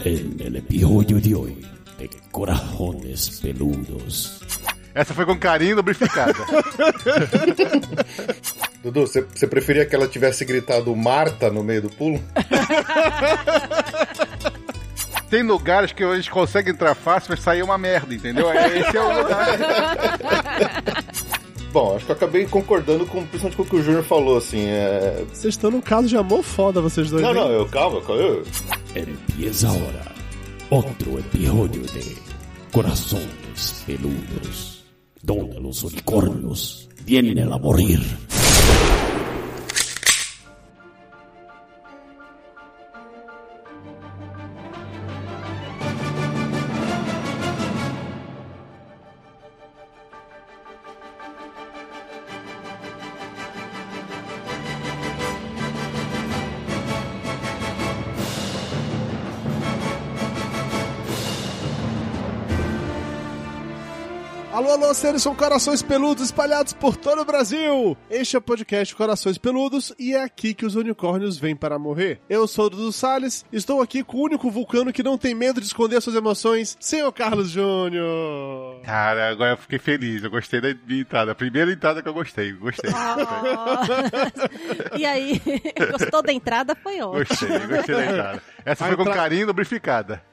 En el episodio de hoy de Corajones Peludos. Essa foi com carinho lubrificada. Dudu, você preferia que ela tivesse gritado Marta no meio do pulo? Tem lugares que a gente consegue entrar fácil, mas sair uma merda, entendeu? Esse é o lugar. Bom, acho que eu acabei concordando principalmente com o que o Júnior falou, assim, Vocês estão num caso de amor foda, vocês dois. Não, calma. Empieza ahora otro episodio de Corazones Peludos, donde los unicornios vienen a morir. Alô, seres com corações peludos espalhados por todo o Brasil! Este é o podcast Corações Peludos e é aqui que os unicórnios vêm para morrer. Eu sou o Dudu Salles, estou aqui com o único vulcano que não tem medo de esconder suas emoções, senhor Carlos Júnior. Cara, agora eu fiquei feliz, eu gostei da minha entrada. A primeira entrada que eu gostei. E aí, gostou da entrada? Foi ótimo. Gostei da entrada. Essa foi com carinho lubrificada.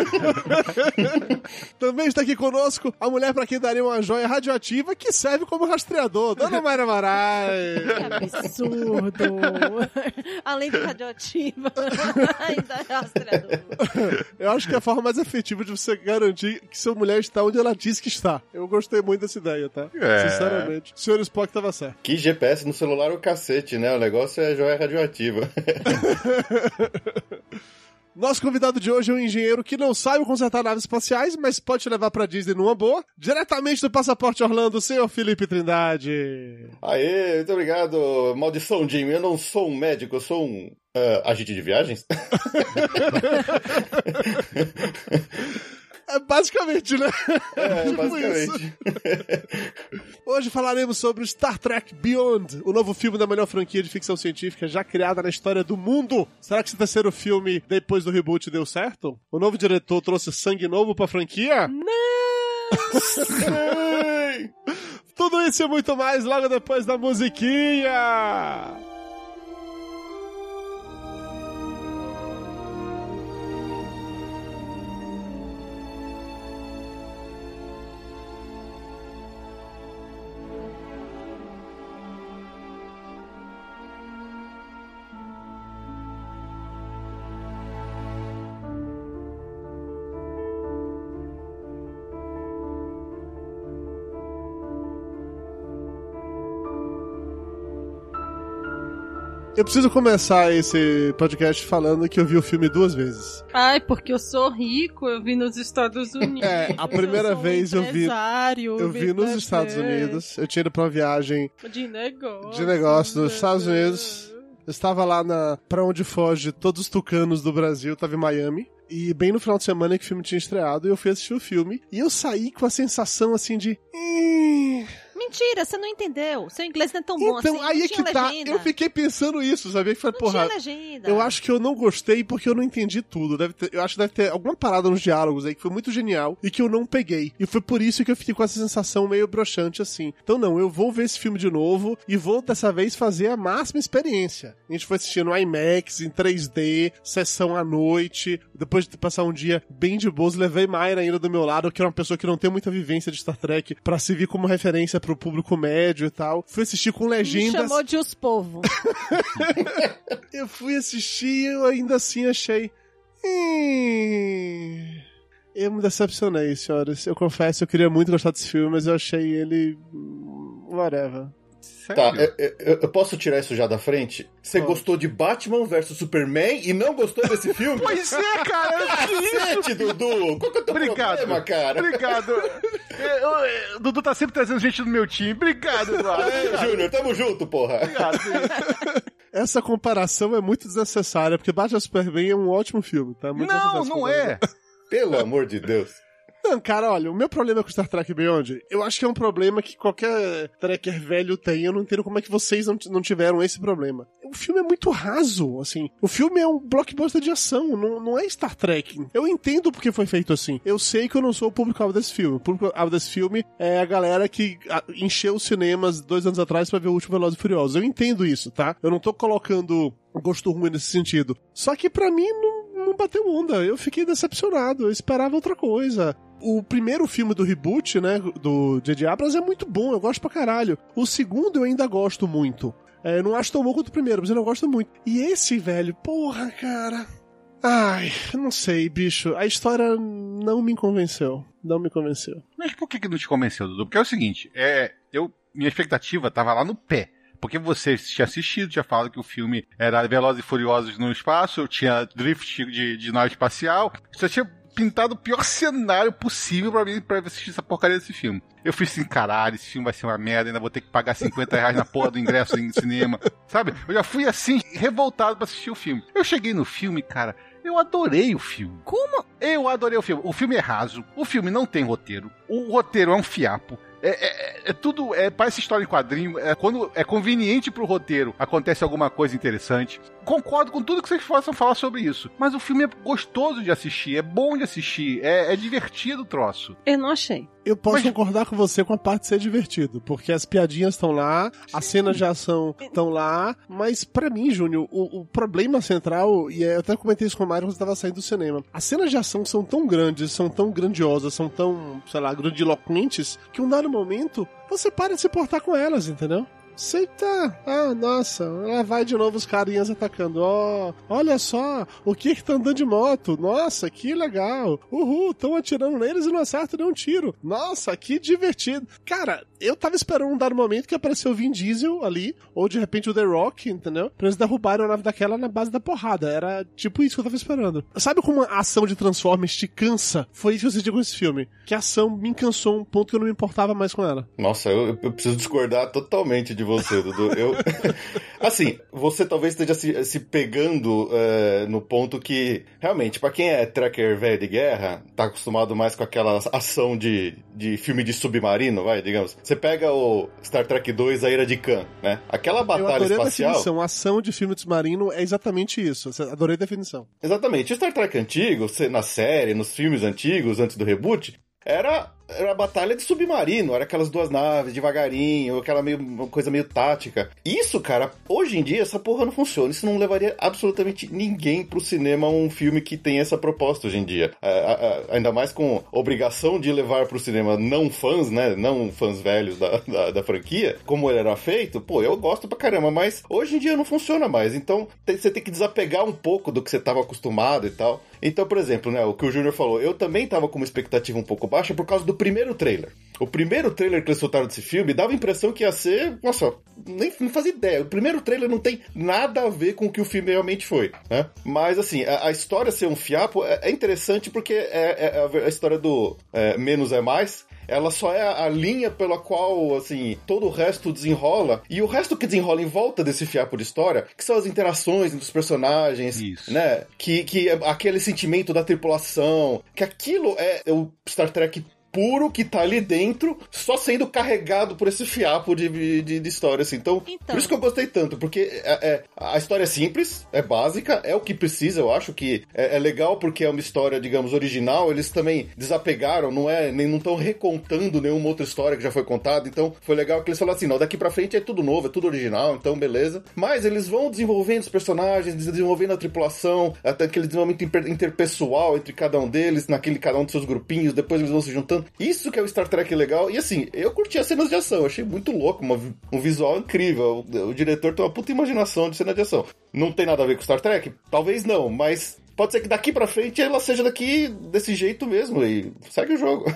Também está aqui conosco a mulher para quem daria uma joia radioativa que serve como rastreador, Dona Mayra Marais. Que absurdo. Além de radioativa, ainda é rastreador. Eu acho que é a forma mais efetiva de você garantir que sua mulher está onde ela diz que está. Eu gostei muito dessa ideia, tá? Sinceramente. O senhor Spock estava certo. Que GPS no celular é o cacete, né? O negócio é joia radioativa. Nosso convidado de hoje é um engenheiro que não sabe consertar naves espaciais, mas pode te levar pra Disney numa boa. Diretamente do Passaporte Orlando, o senhor Felipe Trindade. Aê, muito obrigado. Maldição, Jim. Eu não sou um médico, eu sou um agente de viagens. É basicamente, né? Basicamente. Hoje falaremos sobre Star Trek Beyond, o novo filme da melhor franquia de ficção científica já criada na história do mundo. Será que esse terceiro filme, depois do reboot, deu certo? O novo diretor trouxe sangue novo pra franquia? Não! Tudo isso e muito mais logo depois da musiquinha! Eu preciso começar esse podcast falando que eu vi o filme 2 vezes. Ai, porque eu sou rico, eu vi nos Estados Unidos. A primeira vez eu vi nos Estados Unidos. Eu tinha ido pra uma viagem de negócio nos Estados Unidos. Eu estava lá pra onde foge todos os tucanos do Brasil, tava em Miami. E bem no final de semana que o filme tinha estreado, eu fui assistir o filme. E eu saí com a sensação assim de... Mentira, você não entendeu. Seu inglês não é tão bom assim. Então, aí é que tá. Legenda. Eu fiquei pensando isso, sabe? Falei, não tinha legenda. Eu acho que eu não gostei porque eu não entendi tudo. Eu acho que deve ter alguma parada nos diálogos aí que foi muito genial e que eu não peguei. E foi por isso que eu fiquei com essa sensação meio broxante assim. Então não, eu vou ver esse filme de novo e vou dessa vez fazer a máxima experiência. A gente foi assistir no IMAX, em 3D, sessão à noite. Depois de passar um dia bem de boas, levei Mayra ainda do meu lado, que é uma pessoa que não tem muita vivência de Star Trek, pra servir como referência pro público médio e tal. Fui assistir com legendas. Me chamou de os povo. Eu fui assistir e eu ainda assim achei... Eu me decepcionei, senhores. Eu confesso, eu queria muito gostar desse filme, mas eu achei ele... whatever. Sério? Tá, eu posso tirar isso já da frente? Você gostou de Batman vs Superman e não gostou desse filme? Pois é, cara! Cacete, Dudu! Qual que é o teu problema, cara? Obrigado. O Dudu tá sempre trazendo gente do meu time. Obrigado, Eduardo. Júnior, tamo junto, porra. Obrigado. Essa comparação é muito desnecessária, porque Batman vs Superman é um ótimo filme, tá? Muito não é. Pelo amor de Deus. Não, cara, olha, o meu problema com Star Trek Beyond, eu acho que é um problema que qualquer trekker velho tem. Eu não entendo como é que vocês não tiveram esse problema. O filme é muito raso, assim. O filme é um blockbuster de ação, não é Star Trek. Eu entendo porque foi feito assim. Eu sei que eu não sou o público-alvo desse filme. O público-alvo desse filme é a galera que encheu os cinemas 2 anos atrás pra ver o último Velozes e Furiosos. Eu entendo isso, tá? Eu não tô colocando gosto ruim nesse sentido. Só que pra mim não bateu onda. Eu fiquei decepcionado. Eu esperava outra coisa. O primeiro filme do reboot, né, do J.J. Abrams é muito bom, eu gosto pra caralho. O segundo eu ainda gosto muito. Eu não acho tão bom quanto o primeiro, mas eu não gosto muito. E esse, velho, porra, cara... Ai, não sei, bicho. A história não me convenceu. Não me convenceu. Mas por que não te convenceu, Dudu? Porque é o seguinte, minha expectativa tava lá no pé. Porque você tinha assistido, tinha falado que o filme era Velozes e Furiosos no espaço, tinha drift de nave espacial. Você tinha pintado o pior cenário possível pra mim pra assistir essa porcaria desse filme. Eu fui assim, caralho, esse filme vai ser uma merda, ainda vou ter que pagar R$50 na porra do ingresso em cinema. Sabe? Eu já fui assim, revoltado pra assistir o filme. Eu cheguei no filme, cara, eu adorei o filme. Como? Eu adorei o filme. O filme é raso, o filme não tem roteiro, o roteiro é um fiapo. Tudo, parece história em quadrinho. Quando é conveniente pro roteiro, acontece alguma coisa interessante. Concordo com tudo que vocês possam falar sobre isso. Mas o filme é gostoso de assistir, é bom de assistir, é divertido o troço. Eu não achei. Eu posso concordar com você com a parte de ser divertido, porque as piadinhas estão lá, as cenas de ação estão lá, mas pra mim, Júnior, o problema central, e eu até comentei isso com o Mário quando estava saindo do cinema, as cenas de ação são tão grandes, são tão grandiosas, são tão, sei lá, grandiloquentes, que um dado momento você para de se importar com elas, entendeu? Você tá... Ah, nossa, lá vai de novo os carinhas atacando. Olha só, o que tá andando de moto. Nossa, que legal. Uhul, tão atirando neles e não acertam nenhum tiro. Nossa, que divertido. Cara, eu tava esperando um dado momento que apareceu o Vin Diesel ali, ou de repente o The Rock, entendeu? Pra eles derrubarem a nave daquela na base da porrada. Era tipo isso que eu tava esperando. Sabe como a ação de Transformers te cansa? Foi isso que eu senti com esse filme. Que a ação me cansou um ponto que eu não me importava mais com ela. Nossa, eu preciso discordar totalmente de você, Dudu. Assim, você talvez esteja se pegando no ponto que, realmente, pra quem é tracker velho de guerra, tá acostumado mais com aquela ação de filme de submarino, digamos. Você pega o Star Trek 2, A Ira de Khan, né? Aquela batalha espacial... A definição, ação de filme de submarino é exatamente isso. Adorei a definição. Exatamente. O Star Trek antigo, na série, nos filmes antigos, antes do reboot, era a batalha de submarino, era aquelas 2 naves devagarinho, aquela coisa meio tática. Isso, cara, hoje em dia essa porra não funciona. Isso não levaria absolutamente ninguém pro cinema um filme que tem essa proposta hoje em dia. Ainda mais com obrigação de levar pro cinema não fãs, né? Não fãs velhos da franquia, como ele era feito. Pô, eu gosto pra caramba, mas hoje em dia não funciona mais. Então, você tem que desapegar um pouco do que você tava acostumado e tal. Então, por exemplo, né, o que o Júnior falou, eu também tava com uma expectativa um pouco baixa por causa do primeiro trailer. O primeiro trailer que eles soltaram desse filme dava a impressão que ia ser... Nossa, não fazia ideia. O primeiro trailer não tem nada a ver com o que o filme realmente foi, né? Mas, assim, a história ser um fiapo é interessante porque é a história do menos é mais. Ela só é a linha pela qual, assim, todo o resto desenrola. E o resto que desenrola em volta desse fiapo de história, que são as interações entre os personagens, isso, né? Que é aquele sentimento da tripulação, que aquilo é o Star Trek puro que tá ali dentro, só sendo carregado por esse fiapo de história, assim. Então, por isso que eu gostei tanto, porque a história é simples, é básica, é o que precisa, eu acho que é legal porque é uma história, digamos, original, eles também desapegaram, não estão recontando nenhuma outra história que já foi contada, então foi legal que eles falaram assim, não, daqui pra frente é tudo novo, é tudo original, então beleza. Mas eles vão desenvolvendo os personagens, desenvolvendo a tripulação, até aquele desenvolvimento interpessoal entre cada um deles, cada um dos seus grupinhos, depois eles vão se juntando. Isso que é o Star Trek legal. E assim, eu curti as cenas de ação, eu achei muito louco, um visual incrível. O diretor tem uma puta imaginação de cena de ação. Não tem nada a ver com Star Trek? Talvez não, mas pode ser que daqui pra frente ela seja desse jeito mesmo e segue o jogo.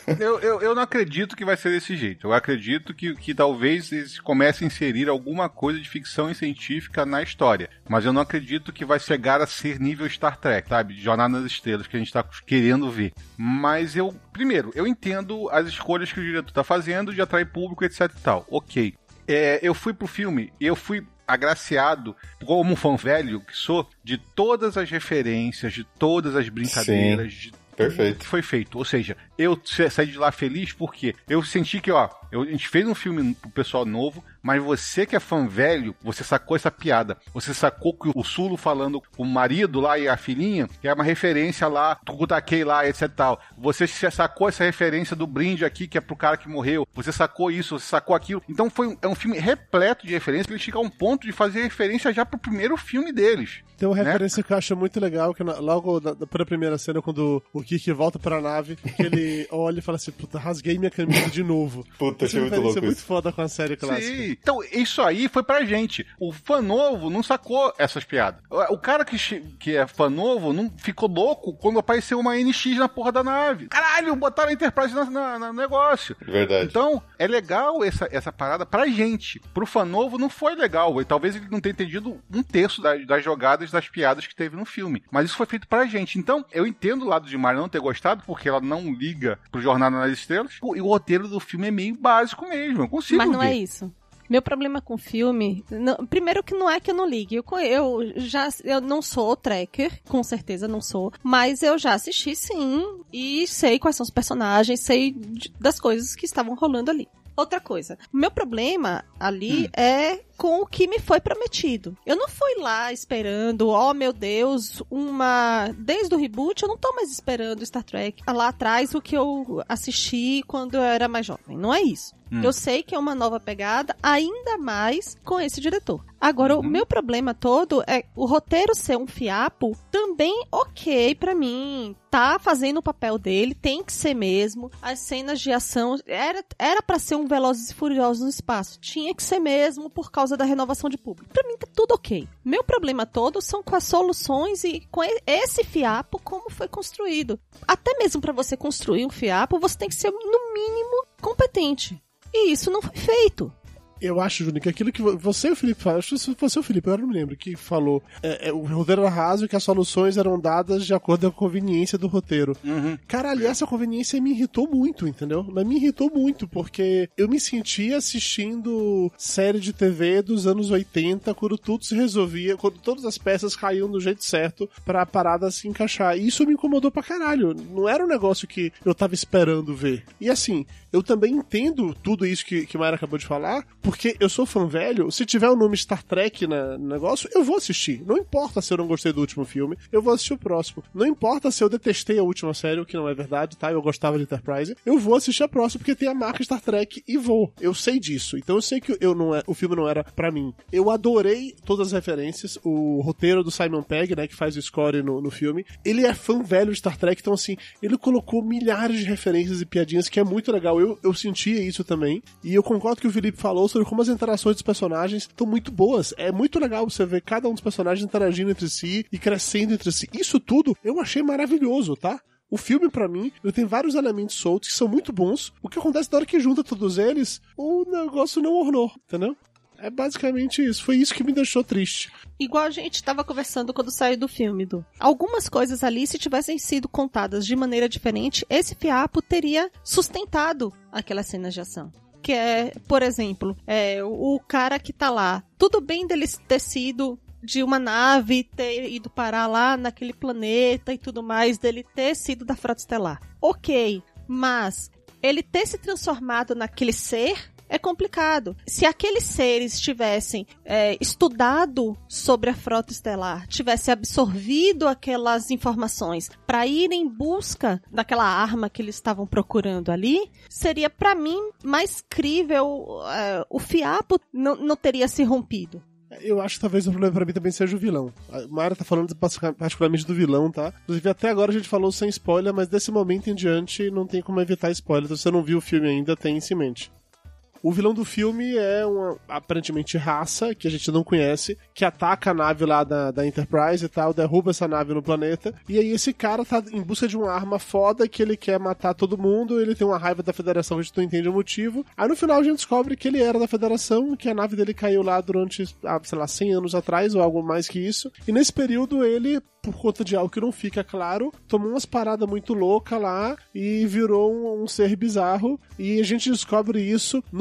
Eu não acredito que vai ser desse jeito. Eu acredito que talvez eles comecem a inserir alguma coisa de ficção científica na história. Mas eu não acredito que vai chegar a ser nível Star Trek, sabe? De Jornada nas Estrelas, que a gente tá querendo ver. Mas primeiro, eu entendo as escolhas que o diretor tá fazendo de atrair público, etc e tal. Ok. Eu fui pro filme e eu fui agraciado, como um fã velho que sou, de todas as referências, de todas as brincadeiras, de Perfeito. que foi feito. Ou seja, eu saí de lá feliz porque eu senti que, a gente fez um filme pro pessoal novo, mas você que é fã velho, você sacou essa piada. Você sacou que o Sulu falando com o marido lá e a filhinha, que é uma referência lá, do Takei lá, etc e tal. Você sacou essa referência do brinde aqui, que é pro cara que morreu. Você sacou isso, você sacou aquilo. Então é um filme repleto de referências, que ele chega a um ponto de fazer referência já pro primeiro filme deles. Tem uma referência que eu acho muito legal, que logo pela primeira cena, quando o Kirk volta pra nave, que ele olha e fala assim, puta, rasguei minha camisa de novo. Puta, achei muito louco. Isso é muito foda com a série clássica. Sim. Então, isso aí foi pra gente. O fã novo não sacou essas piadas. O cara que é fã novo não ficou louco quando apareceu uma NX na porra da nave. Caralho, botaram a Enterprise no negócio. Verdade. Então, é legal essa parada pra gente. Pro fã novo não foi legal. E talvez ele não tenha entendido um terço das jogadas, das piadas que teve no filme. Mas isso foi feito pra gente. Então, eu entendo o lado de Mari não ter gostado, porque ela não liga pro Jornada nas Estrelas. E o roteiro do filme é meio básico mesmo. Eu consigo Mas não ver. é isso. Meu problema com o filme... primeiro que não é que eu não ligue. Eu não sou tracker, com certeza não sou. Mas eu já assisti, sim. E sei quais são os personagens, sei das coisas que estavam rolando ali. Outra coisa, o meu problema ali é com o que me foi prometido. Eu não fui lá esperando, oh meu Deus, desde o reboot eu não tô mais esperando Star Trek lá atrás o que eu assisti quando eu era mais jovem. Não é isso. Eu sei que é uma nova pegada, ainda mais com esse diretor. Agora, o meu problema todo é o roteiro ser um fiapo, também ok pra mim. Tá fazendo o papel dele, tem que ser mesmo. As cenas de ação, era pra ser um Velozes e Furiosos no espaço. Tinha que ser mesmo por causa da renovação de público. Pra mim tá tudo ok. Meu problema todo são com as soluções e com esse fiapo, como foi construído. Até mesmo pra você construir um fiapo, você tem que ser, no mínimo, competente. E isso não foi feito. Eu acho, Júnior, que aquilo que você e o Felipe falaram, acho que se fosse o Felipe, eu não me lembro, que falou, o roteiro era raso e que as soluções eram dadas de acordo com a conveniência do roteiro. Caralho, essa conveniência me irritou muito, entendeu? Mas me irritou muito, porque eu me sentia assistindo série de TV dos anos 80, quando tudo se resolvia, quando todas as peças caíam do jeito certo pra parada se encaixar. E isso me incomodou pra caralho. Não era um negócio que eu tava esperando ver. E assim, eu também entendo tudo isso que Mayra acabou de falar, porque eu sou fã velho, se tiver o nome Star Trek no negócio, eu vou assistir. Não importa se eu não gostei do último filme, eu vou assistir o próximo. Não importa se eu detestei a última série, o que não é verdade, tá? Eu gostava de Enterprise. Eu vou assistir a próxima porque tem a marca Star Trek e vou. Eu sei disso. Então eu sei que o filme não era pra mim. Eu adorei todas as referências. O roteiro do Simon Pegg, né, que faz o score no filme. Ele é fã velho de Star Trek, então assim, ele colocou milhares de referências e piadinhas que é muito legal. Eu sentia isso também. E eu concordo que o Felipe falou sobre como as interações dos personagens estão muito boas. É muito legal você ver cada um dos personagens interagindo entre si e crescendo entre si. Isso tudo eu achei maravilhoso, tá? O filme, pra mim, ele tem vários elementos soltos que são muito bons. O que acontece na hora que junta todos eles, o negócio não ornou, entendeu? É basicamente isso. Foi isso que me deixou triste. Igual a gente estava conversando quando saiu do filme, algumas coisas ali, se tivessem sido contadas de maneira diferente, esse fiapo teria sustentado aquelas cenas de ação. Que é, por exemplo, o cara que tá lá. Tudo bem dele ter sido de uma nave, ter ido parar lá naquele planeta e tudo mais, dele ter sido da Frota Estelar. Ok, mas ele ter se transformado naquele ser é complicado. Se aqueles seres tivessem estudado sobre a Frota Estelar, tivesse absorvido aquelas informações para ir em busca daquela arma que eles estavam procurando ali, seria, para mim, mais crível. O fiapo não teria se rompido. Eu acho que talvez o problema pra mim também seja o vilão. A Mayra tá falando particularmente do vilão, tá? Inclusive, até agora a gente falou sem spoiler, mas desse momento em diante não tem como evitar spoiler. Se você não viu o filme ainda, tem isso em mente. O vilão do filme é uma, aparentemente, raça que a gente não conhece, que ataca a nave lá da Enterprise e tal, derruba essa nave no planeta, e aí esse cara tá em busca de uma arma foda que ele quer matar todo mundo, ele tem uma raiva da Federação, a gente não entende o motivo. Aí no final a gente descobre que ele era da Federação, que a nave dele caiu lá durante, sei lá, 100 anos atrás, ou algo mais que isso, e nesse período ele, por conta de algo que não fica claro, tomou umas paradas muito loucas lá e virou um ser bizarro, e a gente descobre isso no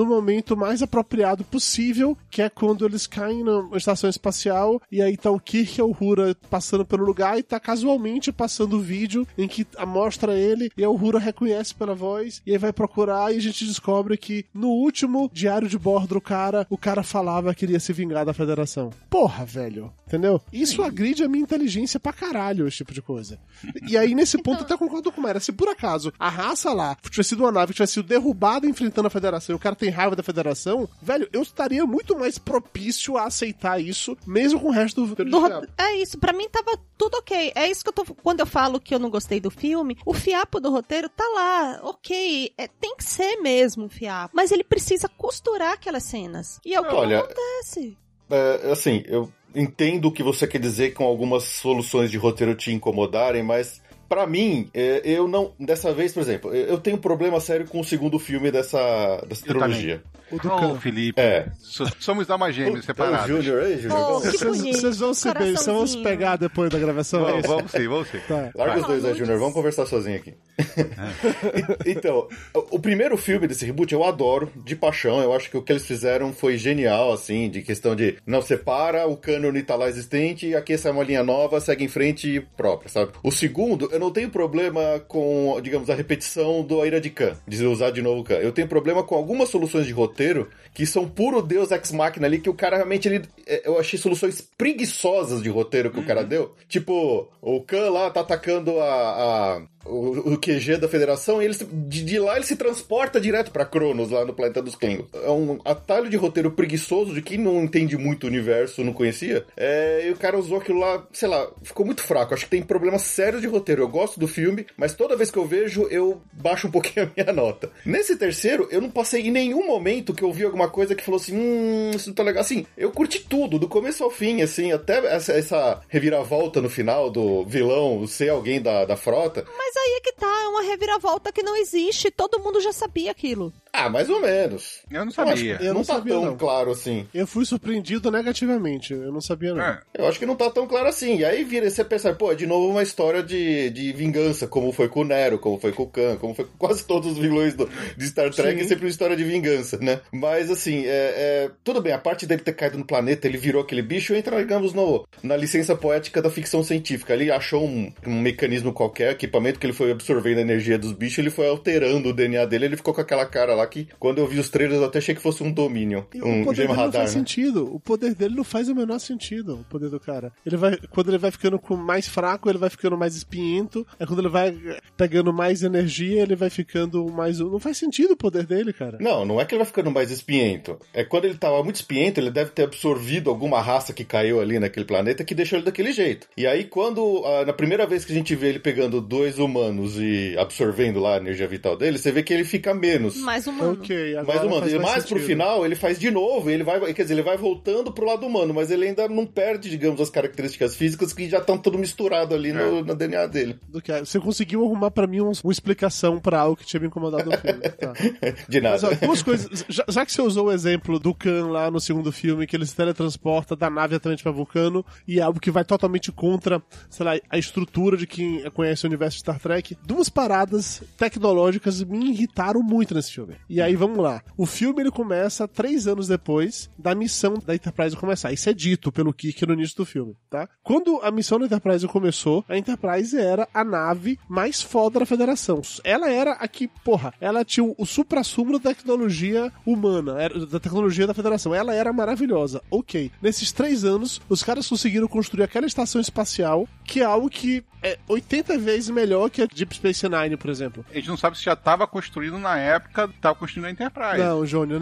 momento mais apropriado possível, que é quando eles caem na estação espacial, e aí tá o Kirk e a Uhura passando pelo lugar, e tá casualmente passando o vídeo em que mostra ele, e a Uhura reconhece pela voz, e aí vai procurar, e a gente descobre que no último diário de bordo do cara, o cara falava que iria se vingar da Federação. Porra, velho. Entendeu? Isso agride a minha inteligência pra caralho, esse tipo de coisa. E aí, nesse ponto, eu até concordo com o Mera. Se por acaso a raça lá tivesse sido uma nave que tivesse sido derrubada enfrentando a Federação e o cara tem raiva da Federação, velho, eu estaria muito mais propício a aceitar isso, mesmo com o resto do É isso, pra mim tava tudo ok. É isso que eu tô... Quando eu falo que eu não gostei do filme, o fiapo do roteiro tá lá, ok. Tem que ser mesmo um fiapo. Mas ele precisa costurar aquelas cenas. E é o que não acontece. Assim, eu entendo o que você quer dizer com algumas soluções de roteiro te incomodarem, mas pra mim, eu não... Dessa vez, por exemplo, eu tenho um problema sério com o segundo filme dessa trilogia. Felipe. Somos almas gêmeas separadas. Júnior, que bonito. Vocês vão se bem, vão se pegar depois da gravação? Vamos sim. Tá. Larga os dois, Júnior, vamos conversar sozinho aqui. Então, o primeiro filme desse reboot eu adoro, de paixão. Eu acho que o que eles fizeram foi genial, assim, de questão de não separa, o cânone tá lá existente, e aqui essa é uma linha nova, segue em frente própria, sabe? O segundo, eu não tenho problema com, digamos, a repetição do Ira de Khan, de usar de novo o Khan. Eu tenho problema com algumas soluções de roteiro que são puro Deus Ex Machina ali, que o cara realmente, eu achei soluções preguiçosas de roteiro que o cara deu. Tipo, o Khan lá tá atacando o QG da Federação, e de lá ele se transporta direto pra Cronos, lá no planeta dos Klingons. É um atalho de roteiro preguiçoso de quem não entende muito o universo, não conhecia. E o cara usou aquilo lá, sei lá, ficou muito fraco. Acho que tem problemas sérios de roteiro. Eu gosto do filme, mas toda vez que eu vejo, eu baixo um pouquinho a minha nota. Nesse terceiro, eu não passei em nenhum momento que eu vi alguma coisa que falou assim, isso não tá legal. Assim, eu curti tudo, do começo ao fim, assim, até essa reviravolta no final do vilão ser alguém da frota. Mas aí é que tá, é uma reviravolta que não existe, todo mundo já sabia aquilo. Mais ou menos. Eu não sabia. Eu não tá tão claro assim. Eu fui surpreendido negativamente, eu não sabia não. Eu acho que não tá tão claro assim. E aí você pensa, de novo uma história de vingança, como foi com o Nero, como foi com o Khan, como foi com quase todos os vilões de Star Trek. Sim. É sempre uma história de vingança, né? Mas assim, tudo bem, a parte dele ter caído no planeta, ele virou aquele bicho, entra, digamos, na licença poética da ficção científica. Ele achou um mecanismo qualquer, equipamento que ele foi absorvendo a energia dos bichos, ele foi alterando o DNA dele, ele ficou com aquela cara lá que, quando eu vi os trailers, eu até achei que fosse um Dominion. Um gema radar, não faz sentido. O poder dele não faz o menor sentido, o poder do cara. Quando ele vai ficando mais fraco, ele vai ficando mais espinhento. Quando ele vai pegando mais energia, ele vai ficando mais... Não faz sentido o poder dele, cara. Não é que ele vai ficando mais espinhento. É quando ele tava muito espinhento, ele deve ter absorvido alguma raça que caiu ali naquele planeta que deixou ele daquele jeito. E aí, quando, na primeira vez que a gente vê ele pegando 2 humanos e absorvendo lá a energia vital dele, você vê que ele fica menos. Mais humano. Ok, mais humano. E mais pro final, ele faz de novo, ele vai voltando pro lado humano, mas ele ainda não perde, digamos, as características físicas que já estão tudo misturado ali no DNA dele. Você conseguiu arrumar pra mim uma explicação pra algo que tinha me incomodado no filme. Tá. De nada. Mas, duas coisas. Já que você usou o exemplo do Khan lá no segundo filme, que ele se teletransporta da nave diretamente pra Vulcano, e é algo que vai totalmente contra, sei lá, a estrutura de quem conhece o universo de Star Trek, duas paradas tecnológicas me irritaram muito nesse filme. E aí, vamos lá. O filme, ele começa 3 anos depois da missão da Enterprise começar. Isso é dito pelo Kirk no início do filme, tá? Quando a missão da Enterprise começou, a Enterprise era a nave mais foda da Federação. Ela era a que, ela tinha o suprassumo da tecnologia humana, da tecnologia da Federação. Ela era maravilhosa. Ok. Nesses 3 anos, os caras conseguiram construir aquela estação espacial, que é algo que é 80 vezes melhor que a Deep Space Nine, por exemplo. A gente não sabe se já estava construído na época, estava construindo a Enterprise. Não, Júnior.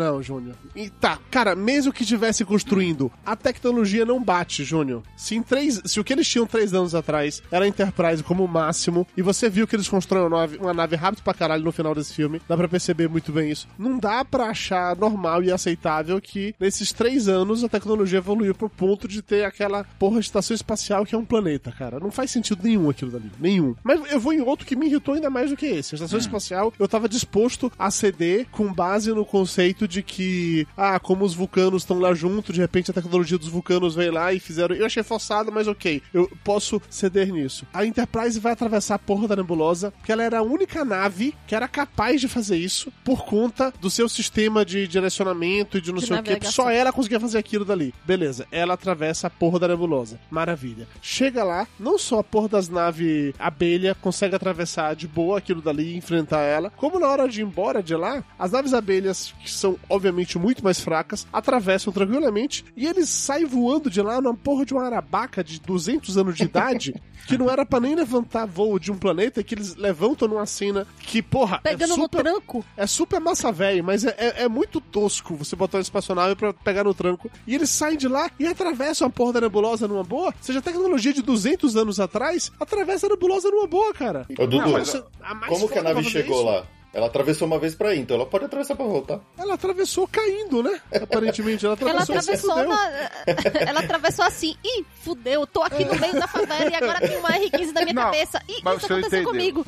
E tá, cara, mesmo que estivesse construindo, a tecnologia não bate, Júnior. Se o que eles tinham 3 anos atrás era a Enterprise como o máximo, e você viu que eles constroem uma nave rápido pra caralho no final desse filme, dá pra perceber muito bem isso. Não dá pra achar normal e aceitável que nesses 3 anos a tecnologia evoluiu pro ponto de ter aquela de estação espacial que é um planeta, cara. Não faz sentido nenhum aquilo dali. Nenhum. Mas eu vou em outro que me irritou ainda mais do que esse. A estação espacial, eu tava disposto a ceder ser com base no conceito de que, como os vulcanos estão lá junto, de repente a tecnologia dos vulcanos veio lá e fizeram... Eu achei forçado, mas ok, eu posso ceder nisso. A Enterprise vai atravessar a porra da nebulosa, que ela era a única nave que era capaz de fazer isso por conta do seu sistema de direcionamento e de não sei o que. Só ela conseguia fazer aquilo dali. Beleza, ela atravessa a porra da nebulosa. Maravilha. Chega lá, não só a porra das naves abelha consegue atravessar de boa aquilo dali e enfrentar ela, como na hora de ir embora de lá, as naves abelhas, que são obviamente muito mais fracas, atravessam tranquilamente e eles saem voando de lá numa porra de uma arabaca de 200 anos de idade que não era pra nem levantar voo de um planeta, que eles levantam numa cena que, porra, pegando no tranco. É super massa velho, mas é muito tosco você botar uma espaçonave pra pegar no tranco. E eles saem de lá e atravessam a porra da nebulosa numa boa. Seja, a tecnologia de 200 anos atrás atravessa a nebulosa numa boa, cara. Ô, Dudu, como que a nave chegou lá? Ela atravessou uma vez pra ir, então ela pode atravessar pra voltar. Ela atravessou caindo, né? Aparentemente, ela atravessou assim. Ih, fudeu, tô aqui no meio da favela e agora tem uma R15 na minha cabeça. Ih, isso aconteceu comigo.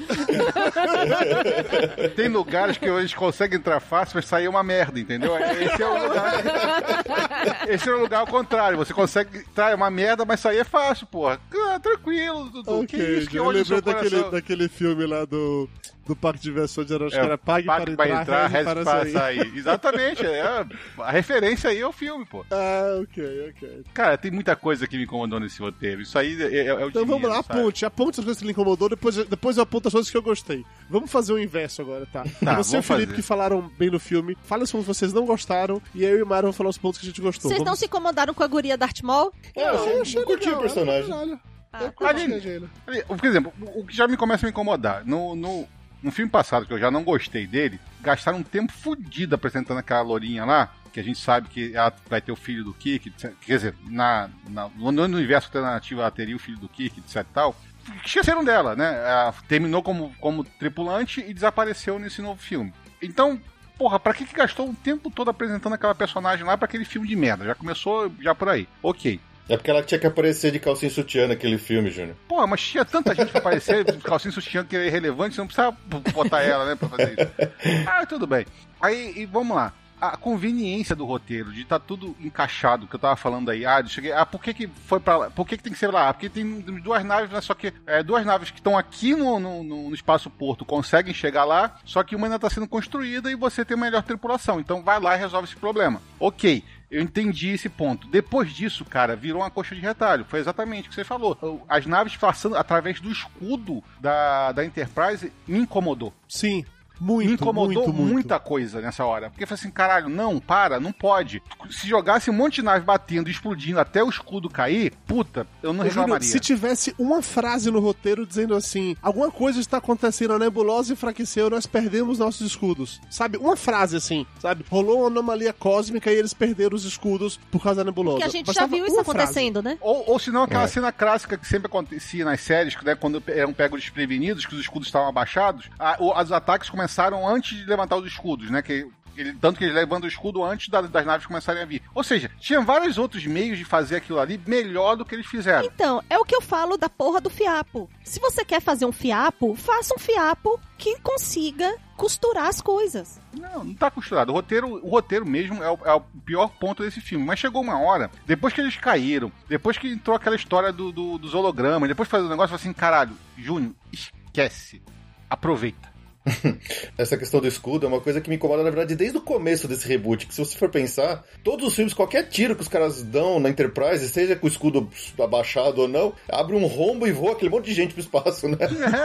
Tem lugares que eles conseguem entrar fácil, mas sair uma merda, entendeu? Esse é o lugar. Esse é o lugar ao contrário. Você consegue entrar uma merda, mas sair é fácil, porra. Tranquilo, Dudu. Okay, que isso que eu lembrei daquele filme lá do parque de diversão de Arocha, que era pague para entrar, reze para sair. Exatamente, a referência aí é o filme, pô. Ok. Cara, tem muita coisa que me incomodou nesse roteiro. Isso aí é o Então vamos lá, aponte as coisas que me incomodou, depois eu aponto as coisas que eu gostei. Vamos fazer o inverso agora, tá? Você e o Felipe, que falaram bem no filme, fala os pontos que vocês não gostaram, e eu e o Mário vamos falar os pontos que a gente gostou. Vocês não se incomodaram com a guria Darth Maul? Eu curti o personagem. Por exemplo, o que já me começa a me incomodar, no filme passado, que eu já não gostei dele, gastaram um tempo fodido apresentando aquela lourinha lá, que a gente sabe que ela vai ter o filho do Kirk, quer dizer, no universo alternativo ela teria o filho do Kirk, etc e tal. Esqueceram dela, né? Ela terminou como tripulante e desapareceu nesse novo filme. Então, porra, pra que gastou o tempo todo apresentando aquela personagem lá pra aquele filme de merda? Já começou já por aí. Ok. É porque ela tinha que aparecer de calcinha sutiã naquele filme, Júnior. Pô, mas tinha tanta gente pra aparecer de calcinha sutiã que é irrelevante, você não precisa botar ela, né, pra fazer isso. Tudo bem. Aí, e vamos lá. A conveniência do roteiro, de estar tudo encaixado, que eu tava falando aí, por que foi pra lá? Por que tem que ser lá? Porque tem duas naves, né? Só que duas naves que estão aqui no espaço-porto conseguem chegar lá, só que uma ainda tá sendo construída e você tem melhor tripulação. Então vai lá e resolve esse problema. Ok. Eu entendi esse ponto. Depois disso, cara, virou uma coxa de retalho. Foi exatamente o que você falou. As naves passando através do escudo da Enterprise me incomodou. Sim. Me incomodou muita coisa nessa hora. Porque eu falei assim, caralho, não pode. Se jogasse um monte de nave batendo e explodindo até o escudo cair, puta, eu não reclamaria. Se tivesse uma frase no roteiro dizendo assim, alguma coisa está acontecendo, a nebulosa enfraqueceu, nós perdemos nossos escudos. Sabe? Uma frase assim, sabe? Rolou uma anomalia cósmica e eles perderam os escudos por causa da nebulosa. Porque a gente já viu isso acontecendo, né? Ou senão aquela cena clássica que sempre acontecia nas séries, né, quando eram pegos desprevenidos, que os escudos estavam abaixados, os ataques começaram antes de levantar os escudos, né? Tanto que eles levantam o escudo antes das naves começarem a vir. Ou seja, tinha vários outros meios de fazer aquilo ali melhor do que eles fizeram. Então, é o que eu falo da porra do fiapo. Se você quer fazer um fiapo, faça um fiapo que consiga costurar as coisas. Não tá costurado. O roteiro mesmo é o pior ponto desse filme. Mas chegou uma hora, depois que eles caíram, depois que entrou aquela história dos hologramas, depois de fazer o negócio, eu falei assim, caralho, Júnior, esquece. Aproveita. Essa questão do escudo é uma coisa que me incomoda, na verdade, desde o começo desse reboot, que se você for pensar, todos os filmes, qualquer tiro que os caras dão na Enterprise, seja com o escudo abaixado ou não, abre um rombo e voa aquele monte de gente pro espaço, né?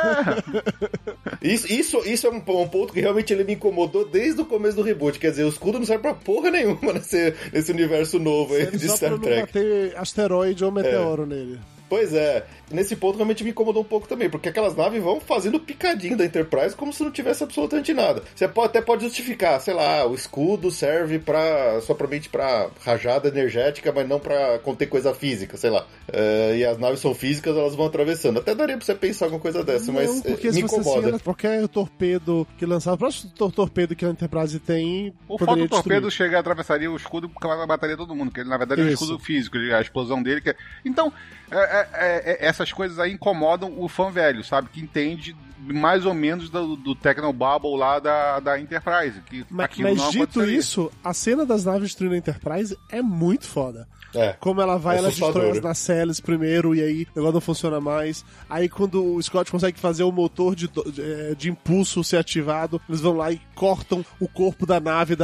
Isso é um ponto que realmente ele me incomodou desde o começo do reboot, quer dizer, o escudo não serve pra porra nenhuma nesse universo novo aí de Star Trek. Não bater asteroide ou meteoro nele. Pois é, nesse ponto realmente me incomodou um pouco também, porque aquelas naves vão fazendo picadinho da Enterprise como se não tivesse absolutamente nada. Você até pode justificar, sei lá, o escudo serve somente pra rajada energética, mas não pra conter coisa física, sei lá. E as naves são físicas, elas vão atravessando. Até daria pra você pensar alguma coisa dessa, não, mas porque me incomoda. Você qualquer torpedo que lançar, o próximo torpedo que a Enterprise tem, o fato do torpedo chegar atravessaria o escudo porque ela mataria todo mundo, porque ele, na verdade, é um escudo físico, a explosão dele. Então, essas coisas aí incomodam o fã velho, sabe? Que entende mais ou menos do Technobabble lá da Enterprise. Que mas dito isso, a cena das naves destruindo a Enterprise é muito foda. Como ela vai, ela destrói as nacelles primeiro, e aí o negócio não funciona mais. Aí quando o Scott consegue fazer o motor de impulso ser ativado, eles vão lá e cortam o corpo da nave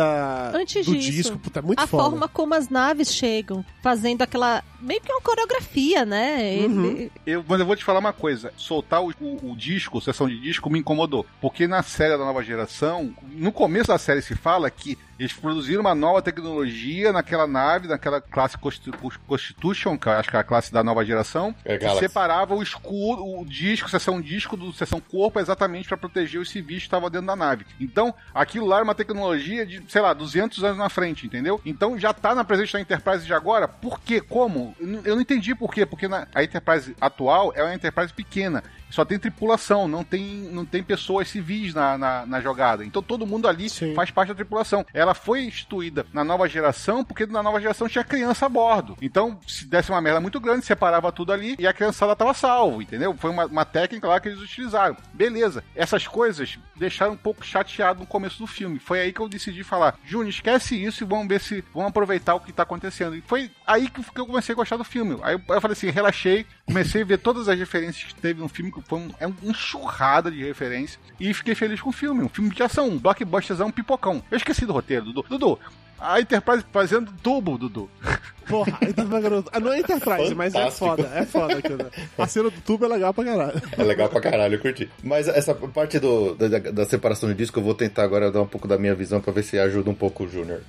do disco. Puta, é muito foda. A forma como as naves chegam, fazendo aquela... meio que uma coreografia, né? Mas eu vou te falar uma coisa. Soltar o disco, a sessão de disco, me incomodou. Porque na série da nova geração, no começo da série se fala que eles produziram uma nova tecnologia naquela nave, naquela classe Constitution, que eu acho que é a classe da nova geração, que separava o escudo, o disco, seção disco do seção corpo, exatamente para proteger os civis que estavam dentro da nave. Então, aquilo lá era uma tecnologia de, sei lá, 200 anos na frente, entendeu? Então, já tá na presença da Enterprise de agora. Por quê? Como? Eu não entendi por quê. Porque a Enterprise atual é uma Enterprise pequena. Só tem tripulação, não tem pessoas civis na jogada. Então todo mundo ali faz parte da tripulação. Ela foi instituída na nova geração porque na nova geração tinha criança a bordo. Então, se desse uma merda muito grande, separava tudo ali e a criançada tava salvo, entendeu? Foi uma técnica lá que eles utilizaram. Beleza. Essas coisas deixaram um pouco chateado no começo do filme. Foi aí que eu decidi falar, Júnior, esquece isso e vamos aproveitar o que tá acontecendo. E foi aí que eu comecei a gostar do filme. Aí eu falei assim, relaxei, comecei a ver todas as referências que teve no filme, que foi uma enxurrada de referência, e fiquei feliz com o filme. Um filme de ação, um blockbusterzão, um pipocão. Eu esqueci do roteiro, Dudu. A Enterprise fazendo tubo, Dudu. Porra, não é Enterprise, mas é foda aquilo, né? A cena do tubo é legal pra caralho. É legal pra caralho, eu curti. Mas essa parte da separação de disco, eu vou tentar agora dar um pouco da minha visão pra ver se ajuda um pouco o Júnior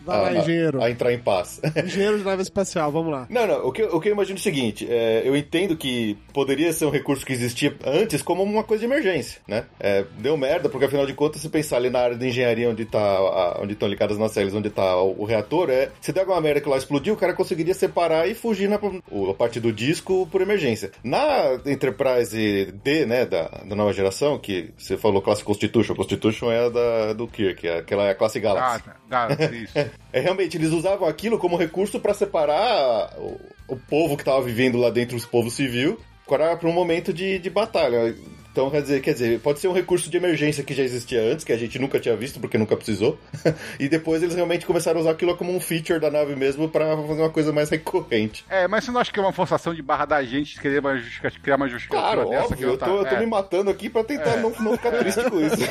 a entrar em paz. Engenheiro de nave espacial, vamos lá. Não, o que eu imagino é o seguinte, eu entendo que poderia ser um recurso que existia antes como uma coisa de emergência, né? Deu merda, porque afinal de contas, se pensar ali na área de engenharia onde estão ligadas nas células, onde tá o reator, se der alguma merda que lá explodiu, o cara conseguiria separar e fugir a parte do disco por emergência. Na Enterprise D, né, da nova geração, que você falou classe Constitution é do Kirk, aquela é a classe Galaxy. Galaxy, isso. Realmente, eles usavam aquilo como recurso para separar o povo que estava vivendo lá dentro, os povos civil, para um momento de batalha. Então, quer dizer, pode ser um recurso de emergência que já existia antes, que a gente nunca tinha visto, porque nunca precisou. E depois eles realmente começaram a usar aquilo como um feature da nave mesmo pra fazer uma coisa mais recorrente. Mas você não acha que é uma forçação de barra da gente querer criar uma justificativa claro, dessa? Óbvio, eu tô me matando aqui pra tentar não ficar triste com isso.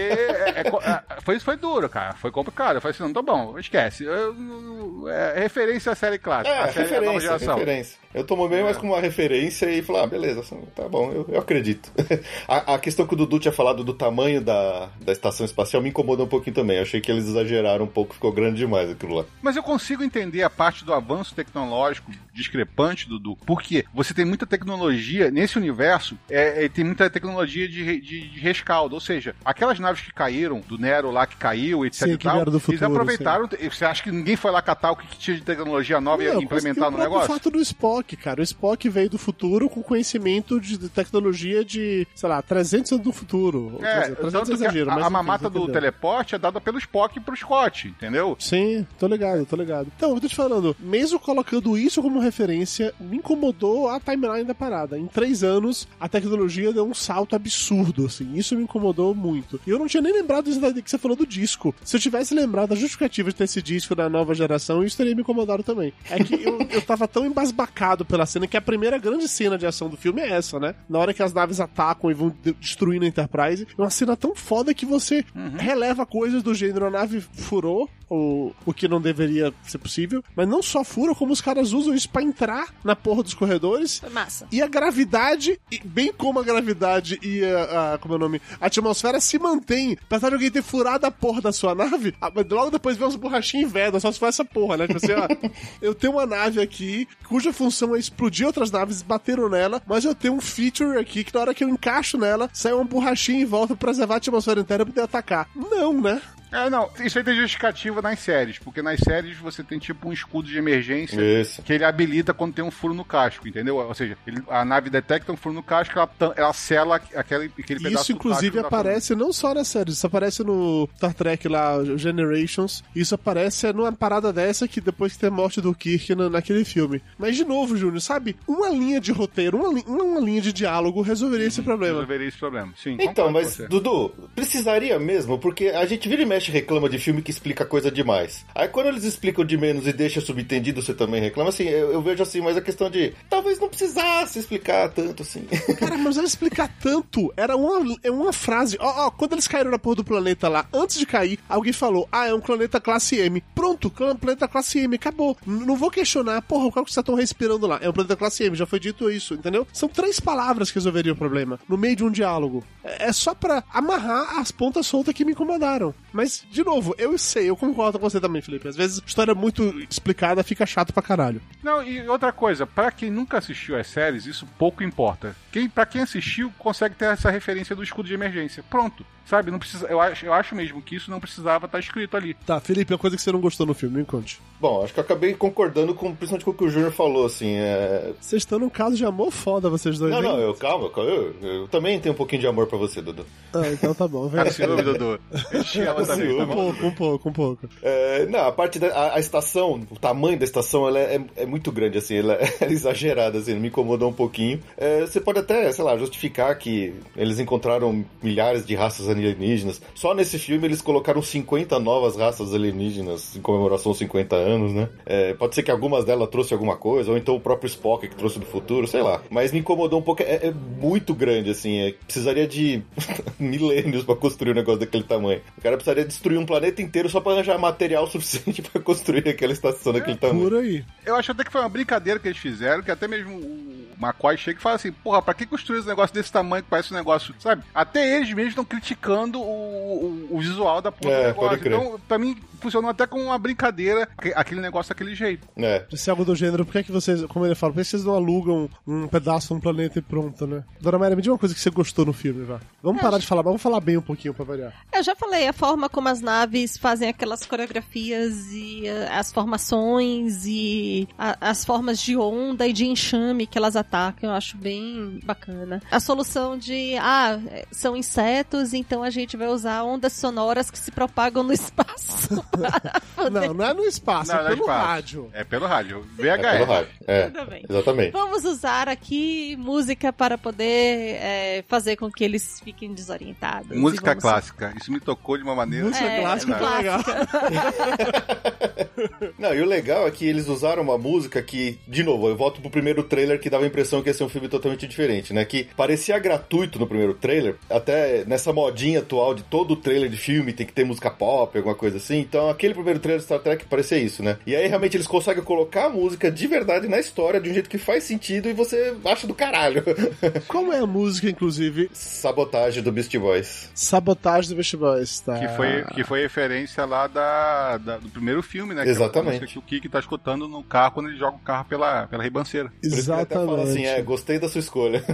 Porque foi duro, cara. Foi complicado. Eu falei assim, não, tá bom, esquece. Referência à série clássica. A série nova geração. Referência. Eu tomo bem mais como uma referência e falei, beleza, tá bom, eu acredito. A questão que o Dudu tinha falado do tamanho da estação espacial me incomodou um pouquinho também. Eu achei que eles exageraram um pouco, ficou grande demais aquilo lá. Mas eu consigo entender a parte do avanço tecnológico discrepante, Dudu, porque você tem muita tecnologia nesse universo, tem muita tecnologia de rescaldo, ou seja, aquelas naves que caíram, do Nero lá que caiu, etc. Sim, e tal, do futuro, eles aproveitaram. Sim. Você acha que ninguém foi lá catar o que tinha de tecnologia nova e implementar no negócio? O fato do Spock, cara. O Spock veio do futuro com conhecimento de tecnologia de, sei lá, 300 anos do futuro. 300 exagero, a mamata do teleporte é dada pelo Spock pro Scott, entendeu? Sim, tô ligado. Então, eu tô te falando, mesmo colocando isso como referência, me incomodou a timeline da parada. Em 3 anos, a tecnologia deu um salto absurdo, assim. Isso me incomodou muito. E eu não tinha nem lembrado disso que você falou do disco. Se eu tivesse lembrado da justificativa de ter esse disco da nova geração, isso teria me incomodado também. É que eu tava tão embasbacado pela cena que a primeira grande cena de ação do filme é essa, né? Na hora que as naves atacam e vão destruindo a Enterprise, é uma cena tão foda que você releva coisas do gênero, a nave furou, o que não deveria ser possível, mas não só fura, como os caras usam isso pra entrar na porra dos corredores. Massa. E a gravidade, bem como a gravidade e como é o nome? A atmosfera se mantém. Apesar de alguém ter furado a porra da sua nave, logo depois vem uns borrachinhos em veda, só se for essa porra, né? Tipo assim, eu tenho uma nave aqui, cuja função é explodir outras naves, bateram nela, mas eu tenho um feature aqui que na hora que eu encaixo nela, sai uma borrachinha em volta pra preservar a atmosfera inteira pra poder atacar. Não, né? Não, isso aí tem justificativa nas séries, porque nas séries você tem tipo um escudo de emergência que ele habilita quando tem um furo no casco, entendeu? Ou seja, a nave detecta um furo no casco, ela sela aquele pedaço. Isso, inclusive, aparece não só na série, isso aparece no Star Trek lá, Generations, isso aparece numa parada dessa que depois que tem a morte do Kirk naquele filme. Mas, de novo, Júnior, sabe? Uma linha de roteiro, uma linha de diálogo resolveria esse problema. Resolveria esse problema, sim. Então, mas, Dudu, precisaria mesmo, porque a gente vira e mexe reclama de filme que explica coisa demais. Aí quando eles explicam de menos e deixa subentendido, você também reclama. Assim, eu vejo assim, mas a questão de talvez não precisasse explicar tanto assim. Cara, mas ela explicar tanto, era uma frase. Quando eles caíram na porra do planeta lá, antes de cair, alguém falou, é um planeta classe M. Pronto, planeta classe M, acabou. Não vou questionar, porra, o que vocês estão respirando lá? É um planeta classe M, já foi dito isso, entendeu? São 3 palavras que resolveriam o problema, no meio de um diálogo. É só pra amarrar as pontas soltas que me incomodaram. Mas, de novo, eu concordo com você também, Felipe. Às vezes, história muito explicada fica chato pra caralho. Não, e outra coisa, pra quem nunca assistiu as séries, isso pouco importa. Pra quem assistiu, consegue ter essa referência do escudo de emergência. Pronto. Sabe, não precisa. Eu acho mesmo que isso não precisava estar escrito ali. Tá, Felipe, a coisa que você não gostou no filme, me conte. Bom, acho que eu acabei concordando principalmente com o que o Júnior falou, assim. Vocês estão num caso de amor foda, vocês dois. Não, calma, eu também tenho um pouquinho de amor pra você, Dudu. Então tá bom. Tá ciúme, Dudu. Eu te amo também, tá bom? Um pouco. Não, a parte da estação, o tamanho da estação, ela é muito grande, assim, ela é exagerada, assim, me incomodou um pouquinho. Você pode até, sei lá, justificar que eles encontraram milhares de raças alienígenas. Só nesse filme eles colocaram 50 novas raças alienígenas em comemoração aos 50 anos, né? Pode ser que algumas delas trouxe alguma coisa, ou então o próprio Spock que trouxe do futuro, sei lá. Mas me incomodou um pouco, é muito grande, assim, precisaria de milênios pra construir um negócio daquele tamanho. O cara precisaria destruir um planeta inteiro só pra arranjar material suficiente pra construir aquela estação daquele tamanho. Por aí. Eu acho até que foi uma brincadeira que eles fizeram, que até mesmo o McCoy chega e fala assim, porra, pra que construir esse negócio desse tamanho que parece um negócio, sabe? Até eles mesmos estão criticando o visual da porra do negócio. Então, pra mim, funcionou até como uma brincadeira, aquele negócio daquele jeito. Se é algo do gênero, por que vocês, como ele fala, por que vocês não alugam um pedaço de um planeta e pronto, né? Dona Maria, me diga uma coisa que você gostou no filme, vá. Vamos parar de falar, mas vamos falar bem um pouquinho pra variar. Eu já falei, a forma como as naves fazem aquelas coreografias e as formações e as formas de onda e de enxame que elas atacam, eu acho bem bacana. A solução de, são insetos, então a gente vai usar ondas sonoras que se propagam no espaço. Não é no espaço, é pelo rádio. É pelo rádio. VHF. É pelo rádio. Tudo bem. Exatamente. Vamos usar aqui música para poder fazer com que eles fiquem desorientados. Música clássica. Isso me tocou de uma maneira... Música clássica, que legal. Não, e o legal é que eles usaram uma música que, de novo, eu volto pro primeiro trailer que dava a impressão que ia ser um filme totalmente diferente, né? Que parecia gratuito no primeiro trailer, até nessa modinha atual de todo trailer de filme tem que ter música pop, alguma coisa assim. Então aquele primeiro trailer de Star Trek parecia isso, né? E aí realmente eles conseguem colocar a música de verdade na história de um jeito que faz sentido e você acha do caralho. Como é a música, inclusive? Sabotage do Beastie Boys. Sabotage do Beastie Boys, tá? Que foi referência lá do primeiro filme, né? Exatamente. Que é a música que o Kiki tá escutando no carro quando ele joga o carro pela ribanceira. Exatamente. Fala assim, gostei da sua escolha.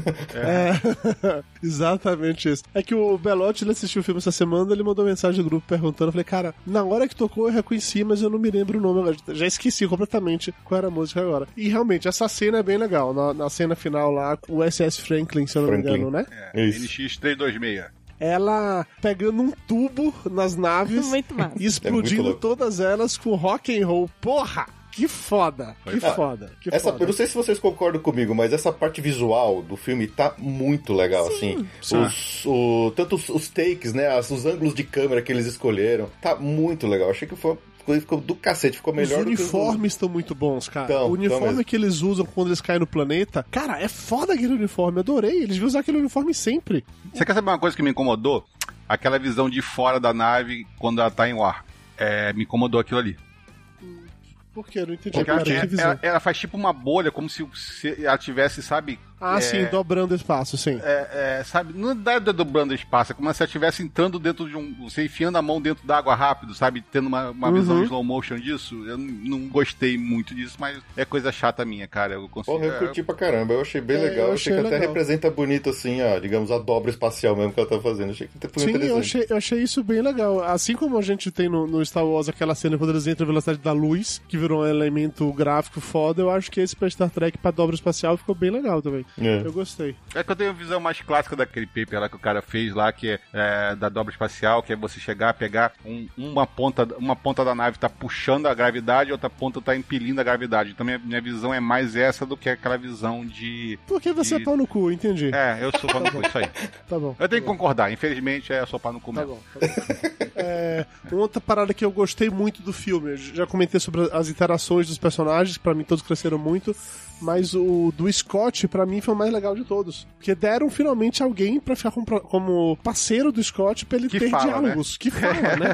Exatamente isso. É que o Belotti, ele assistiu o filme essa semana, ele mandou mensagem no grupo perguntando, eu falei, cara, na hora que tocou eu reconheci, mas eu não me lembro o nome, já esqueci completamente qual era a música agora. E realmente, essa cena é bem legal, na cena final lá, o SS Franklin, se eu não me engano, né? NX326. Ela pegando um tubo nas naves e explodindo todas elas com rock and roll. Porra! Que foda! Que foda! Eu não sei se vocês concordam comigo, mas essa parte visual do filme tá muito legal, assim. Tanto os takes, né? Os ângulos de câmera que eles escolheram. Tá muito legal. Achei que ficou do cacete, ficou melhor. Os uniformes estão muito bons, cara. O uniforme que eles usam quando eles caem no planeta, cara, é foda aquele uniforme, adorei. Eles deviam usar aquele uniforme sempre. Você quer saber uma coisa que me incomodou? Aquela visão de fora da nave quando ela tá em ar. Me incomodou aquilo ali. Por quê? Eu não entendi. Porque ela faz tipo uma bolha, como se ela tivesse, sabe... sim, dobrando espaço, sim. Sabe, não é dobrando espaço, é como se ela estivesse entrando dentro de você enfiando a mão dentro d'água rápido, sabe? Tendo uma visão slow motion disso. Eu não gostei muito disso, mas é coisa chata minha, cara. Eu consigo. Eu curti pra caramba, eu achei bem legal. Eu achei que até representa bonito, assim, digamos, a dobra espacial mesmo que ela tá fazendo. Achei que foi interessante. Eu achei isso bem legal. Assim como a gente tem no Star Wars aquela cena quando eles entram na velocidade da luz, que virou um elemento gráfico foda, eu acho que esse pra Star Trek, pra dobra espacial, ficou bem legal também. Eu gostei. É que eu tenho a visão mais clássica daquele paper lá que o cara fez lá, que é da dobra espacial, que é você chegar, pegar uma ponta da nave tá puxando a gravidade, outra ponta tá impelindo a gravidade. Então minha visão é mais essa do que aquela visão de... Porque você é pau no cu, entendi. Eu sou pau no cu, isso aí. Tá bom. Eu tenho que concordar, infelizmente eu sou pau no cu mesmo. Tá bom. Uma outra parada que eu gostei muito do filme, eu já comentei sobre as interações dos personagens, pra mim todos cresceram muito, mas o do Scott, pra mim, foi o mais legal de todos. Porque deram finalmente alguém pra ficar como parceiro do Scott pra ele ter diálogos. Né? Que fala, né?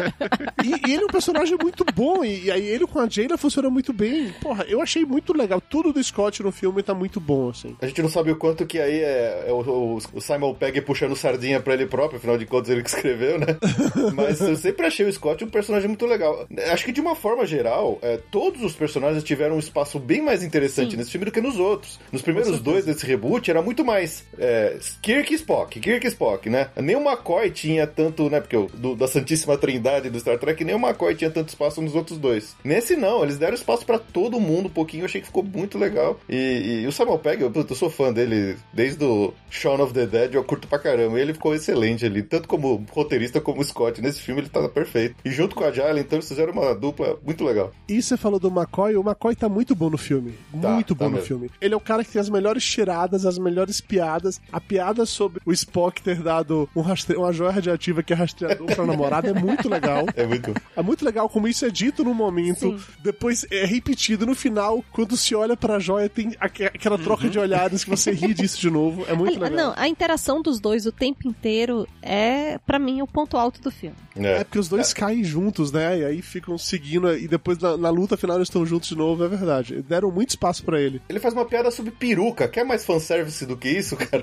e ele é um personagem muito bom, e aí ele com a Jayla funciona muito bem. Porra, eu achei muito legal. Tudo do Scott no filme tá muito bom, assim. A gente não sabe o quanto que aí é o Simon Pegg puxando sardinha pra ele próprio, afinal de contas ele que escreveu, né? Mas eu sempre achei o Scott um personagem muito legal. Acho que de uma forma geral, todos os personagens tiveram um espaço bem mais interessante nesse filme do que nos outros. Nos primeiros dois desse reboot era muito mais Kirk e Spock, né? Nem o McCoy tinha tanto, né? Porque da Santíssima Trindade do Star Trek, nem o McCoy tinha tanto espaço nos outros dois. Nesse não, eles deram espaço pra todo mundo um pouquinho, eu achei que ficou muito legal. E o Simon Pegg, eu sou fã dele desde o Shaun of the Dead, eu curto pra caramba. E ele ficou excelente ali, tanto como roteirista como Scott. Nesse filme ele tá perfeito. E junto com a Jayla, então eles fizeram uma dupla muito legal. E você falou do McCoy, o McCoy tá muito bom no filme. Muito bom no filme. Ele é o cara que tem as melhores tiradas, as melhores piadas. A piada sobre o Spock ter dado uma joia radioativa que é rastreador pra namorada é muito legal. É muito legal como isso é dito no momento, depois é repetido no final, quando se olha pra joia, tem aquela troca de olhares que você ri disso de novo. É muito legal. Não, a interação dos dois o tempo inteiro é, pra mim, o ponto alto do filme. Porque os dois caem juntos, né? E aí ficam seguindo, e depois na luta final eles estão juntos de novo, é verdade. Deram muito espaço pra ele. Ele faz uma piada sobre peruca. Quer mais fanservice do que isso, cara?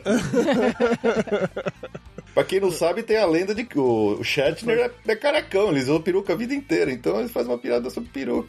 Pra quem não sabe, tem a lenda de que o Shatner é carecão, ele usou peruca a vida inteira, então ele faz uma piada sobre peruca.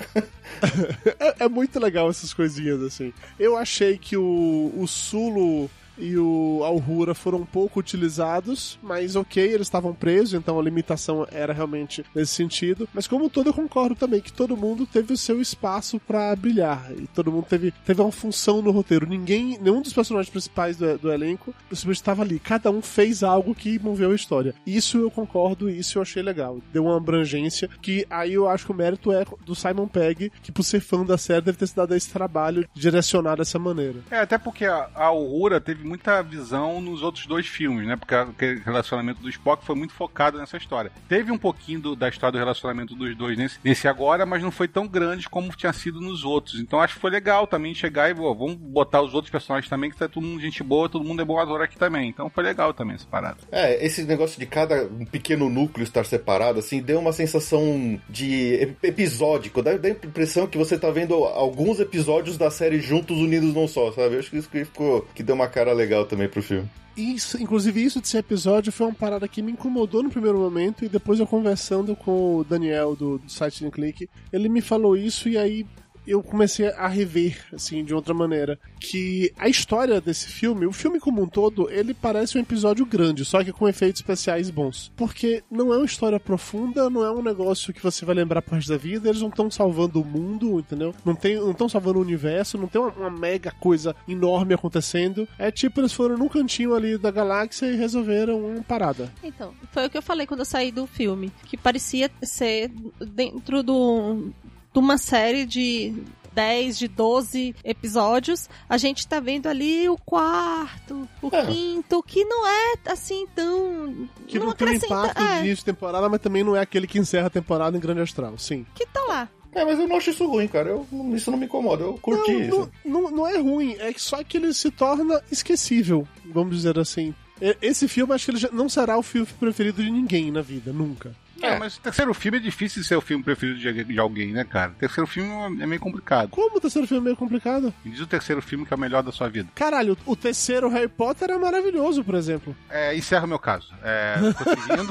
É muito legal essas coisinhas, assim. Eu achei que o Sulu e o Uhura foram um pouco utilizados, mas ok, eles estavam presos, então a limitação era realmente nesse sentido. Mas como um todo eu concordo também que todo mundo teve o seu espaço pra brilhar, e todo mundo teve uma função no roteiro. Nenhum dos personagens principais do elenco simplesmente estava ali. Cada um fez algo que moveu a história. Isso eu concordo, isso eu achei legal. Deu uma abrangência que aí eu acho que o mérito é do Simon Pegg, que por ser fã da série deve ter se dado esse trabalho de direcionar dessa maneira. Até porque a Uhura teve muita visão nos outros dois filmes, né? Porque o relacionamento do Spock foi muito focado nessa história. Teve um pouquinho da história do relacionamento dos dois nesse agora, mas não foi tão grande como tinha sido nos outros. Então acho que foi legal também chegar e vamos botar os outros personagens também, que tá todo mundo gente boa, todo mundo é bom ator aqui também. Então foi legal também essa parada. Esse negócio de cada pequeno núcleo estar separado, assim, deu uma sensação de episódico. Dá a impressão que você tá vendo alguns episódios da série juntos, unidos num só, sabe? Eu acho que isso que deu uma cara legal também pro filme. Inclusive isso desse episódio foi uma parada que me incomodou no primeiro momento, e depois eu conversando com o Daniel do site do Click, ele me falou isso, e aí eu comecei a rever, assim, de outra maneira, que a história desse filme, o filme como um todo, ele parece um episódio grande, só que com efeitos especiais bons. Porque não é uma história profunda, não é um negócio que você vai lembrar pro resto da vida, eles não estão salvando o mundo, entendeu? Não estão salvando o universo, não tem uma mega coisa enorme acontecendo. É tipo, eles foram num cantinho ali da galáxia e resolveram uma parada. Então, foi o que eu falei quando eu saí do filme, que parecia ser dentro de uma série de 10, de 12 episódios, a gente tá vendo ali o quarto, o quinto, que não é assim tão... Que não tem impacto de início de temporada, mas também não é aquele que encerra a temporada em Grande Astral, sim. Que tá lá. Mas eu não acho isso ruim, cara. Isso não me incomoda, eu curti isso. Não é ruim, é só que ele se torna esquecível, vamos dizer assim. Esse filme, acho que ele já não será o filme preferido de ninguém na vida, nunca. Mas o terceiro filme é difícil de ser o filme preferido de alguém, né, cara? O terceiro filme é meio complicado. Como o terceiro filme é meio complicado? Me diz o terceiro filme que é o melhor da sua vida. Caralho, o terceiro Harry Potter é maravilhoso, por exemplo. Encerra o meu caso. Prosseguindo.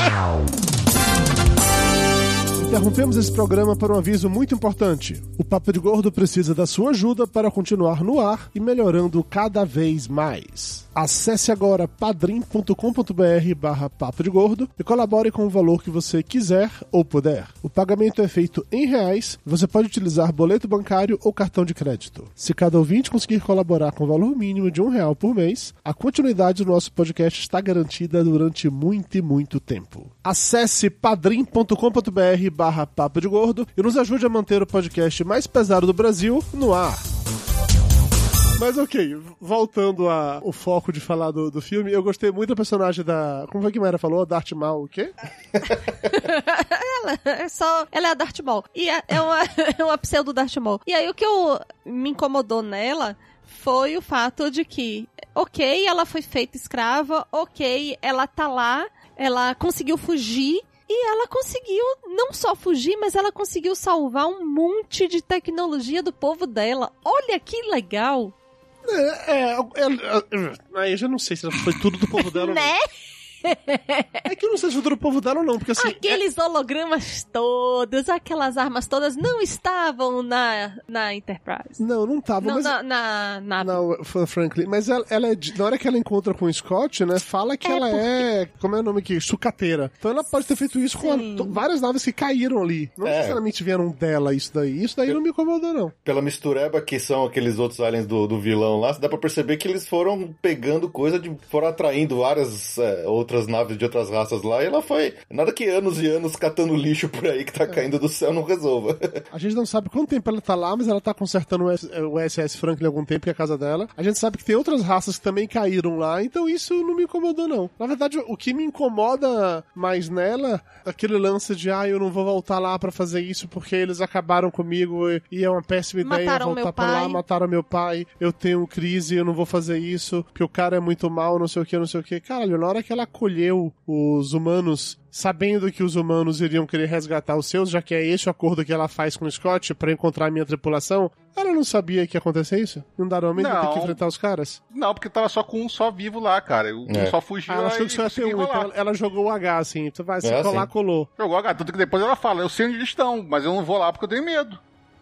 Interrompemos esse programa para um aviso muito importante. O Papo de Gordo precisa da sua ajuda para continuar no ar e melhorando cada vez mais. Acesse agora padrim.com.br/Papo de Gordo e colabore com o valor que você quiser ou puder. O pagamento é feito em reais e você pode utilizar boleto bancário ou cartão de crédito. Se cada ouvinte conseguir colaborar com o valor mínimo de R$1 por mês, a continuidade do nosso podcast está garantida durante muito e muito tempo. Acesse padrim.com.br/Papo de Gordo e nos ajude a manter o podcast mais pesado do Brasil no ar. Mas ok, voltando ao foco de falar do filme, eu gostei muito da personagem da... Como foi que a Mayra falou? Darth Maul, o quê? Ela é a Darth Maul. E é uma pseudo Darth Maul. E aí o que me incomodou nela foi o fato de que, ok, ela foi feita escrava, ok, ela tá lá, ela conseguiu fugir, e ela conseguiu não só fugir, mas ela conseguiu salvar um monte de tecnologia do povo dela. Olha que legal! Aí eu já não sei se foi tudo do povo dela ou não. Né? É que eu não sei se foi tudo do povo dela ou não, porque assim... Aqueles hologramas todos, aquelas armas todas não estavam na Enterprise. Não estavam, mas... Na Não, Franklin, mas ela é... Na hora que ela encontra com o Scott, né, fala que ela é... Como é o nome aqui? Sucateira. Então ela pode ter feito isso com várias naves que caíram ali. Não necessariamente vieram dela isso daí. Isso daí não me incomodou, não. Pela mistureba que são aqueles outros aliens do vilão lá, dá pra perceber que eles foram pegando coisa foram atraindo várias outras naves de outras raças lá, e ela foi... Nada que anos e anos catando lixo por aí que tá caindo do céu não resolva. A gente não sabe quanto tempo ela tá lá, mas ela tá consertando o SS Franklin há algum tempo, que é a casa dela. A gente sabe que tem outras raças que também caíram lá, então isso não me incomodou, não. Na verdade, o que me incomoda mais nela, aquele lance de, eu não vou voltar lá pra fazer isso porque eles acabaram comigo e é uma péssima ideia voltar pra lá, mataram meu pai, eu tenho crise, eu não vou fazer isso, porque o cara é muito mal, não sei o que. Caralho, na hora que ela acolheu os humanos, sabendo que os humanos iriam querer resgatar os seus, já que é esse o acordo que ela faz com o Scott pra encontrar a minha tripulação, ela não sabia que ia acontecer isso? Não daram aumento de ter que enfrentar os caras? Não, porque tava só com um só vivo lá, cara. Um só fugiu. Ela achou que só ia ter um, então ela jogou o H, assim. Tu vai, se colar, assim. Colou. Jogou o H, tanto que depois ela fala, eu sei onde eles estão, mas eu não vou lá porque eu tenho medo.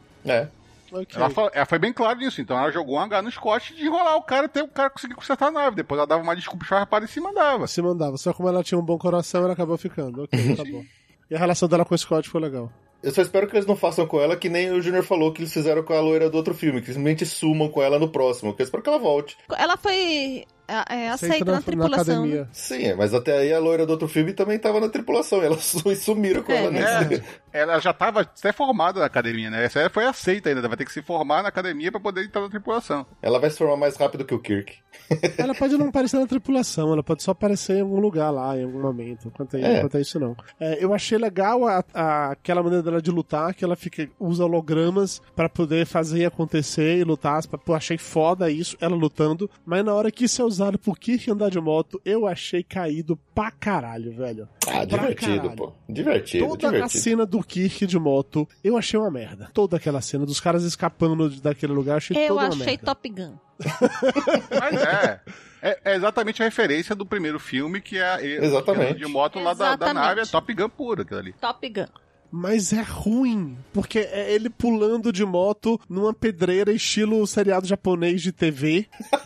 Okay. Ela foi bem clara nisso, então ela jogou um H no Scott de enrolar o cara até o cara conseguir consertar a nave. Depois ela dava uma desculpa para e se mandava. Só como ela tinha um bom coração, ela acabou ficando. Ok, tá bom. E a relação dela com o Scott foi legal. Eu só espero que eles não façam com ela que nem o Junior falou que eles fizeram com a loira do outro filme, que simplesmente sumam com ela no próximo, que eu espero que ela volte. Ela foi aceita na tripulação. Na né? Sim, mas até aí a loira do outro filme também tava na tripulação, e elas sumiram com ela nesse. Ela já tava até formada na academia, né? Essa foi aceita ainda, vai ter que se formar na academia pra poder entrar na tripulação. Ela vai se formar mais rápido que o Kirk. Ela pode não aparecer na tripulação, ela pode só aparecer em algum lugar lá, em algum momento. Quanto a isso, não. Eu achei legal aquela maneira dela de lutar, que ela usa hologramas pra poder fazer acontecer e lutar. Eu achei foda isso, ela lutando. Mas na hora que isso é usado por Kirk andar de moto, eu achei caído pra caralho, velho. Divertido, pô. Divertido. Toda a cena do Kirk de moto, eu achei uma merda. Toda aquela cena dos caras escapando daquele lugar, eu achei toda uma merda. Eu achei Top Gun. Mas é exatamente a referência do primeiro filme, que é exatamente. De moto lá da nave, é Top Gun puro aquilo ali. Top Gun. Mas é ruim, porque é ele pulando de moto numa pedreira estilo seriado japonês de TV.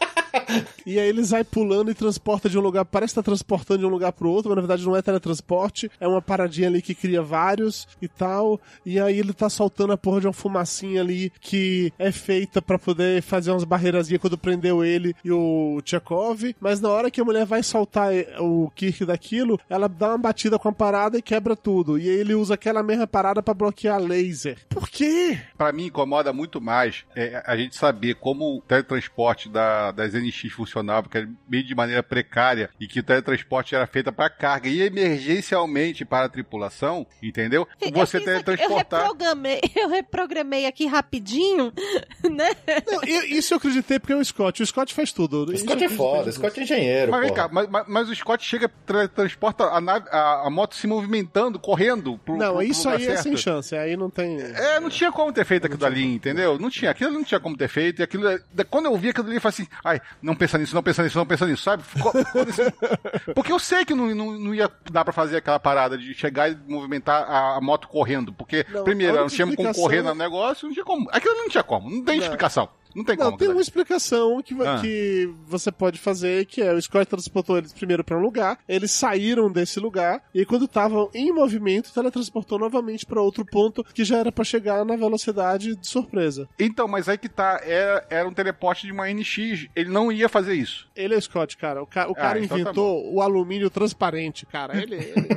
E aí eles vai pulando e transporta de um lugar, parece que tá transportando de um lugar pro outro, mas na verdade não é teletransporte, é uma paradinha ali que cria vários e tal, e aí ele tá soltando a porra de uma fumacinha ali que é feita pra poder fazer umas barreirazinhas quando prendeu ele e o Chekhov, mas na hora que a mulher vai soltar o Kirk daquilo, ela dá uma batida com a parada e quebra tudo, e aí ele usa aquela mesma parada pra bloquear laser. Por quê? Pra mim incomoda muito mais a gente saber como o teletransporte das NX funcionavam, que era meio de maneira precária, e que o teletransporte era feito para carga e emergencialmente para a tripulação, entendeu? Você teletransportar... Eu reprogramei aqui rapidinho, né? Não, isso eu acreditei porque é o Scott. O Scott faz tudo. O Scott é foda, o Scott é engenheiro, mas vem cá, mas o Scott chega, transporta a moto se movimentando, correndo Não, isso aí certo. É sem chance, aí não tem... Não tinha como ter feito aquilo ali, entendeu? Não tinha, aquilo não tinha como ter feito, e aquilo... Quando eu vi aquilo ali, eu falei assim, não pensa nisso, sabe? Porque eu sei que não ia dar pra fazer aquela parada de chegar e movimentar a moto correndo, porque, primeiro, não tinha como correr no negócio, não tinha como. Aquilo não tinha como, não tem explicação. Não tem como. Tem uma explicação que você pode fazer, que é o Scott transportou eles primeiro pra um lugar, eles saíram desse lugar, e aí quando estavam em movimento, teletransportou novamente pra outro ponto, que já era pra chegar na velocidade de surpresa. Então, mas aí que tá, era um teleporte de uma NX, ele não ia fazer isso. Ele é o Scott, cara. O cara inventou o alumínio transparente, cara. Ele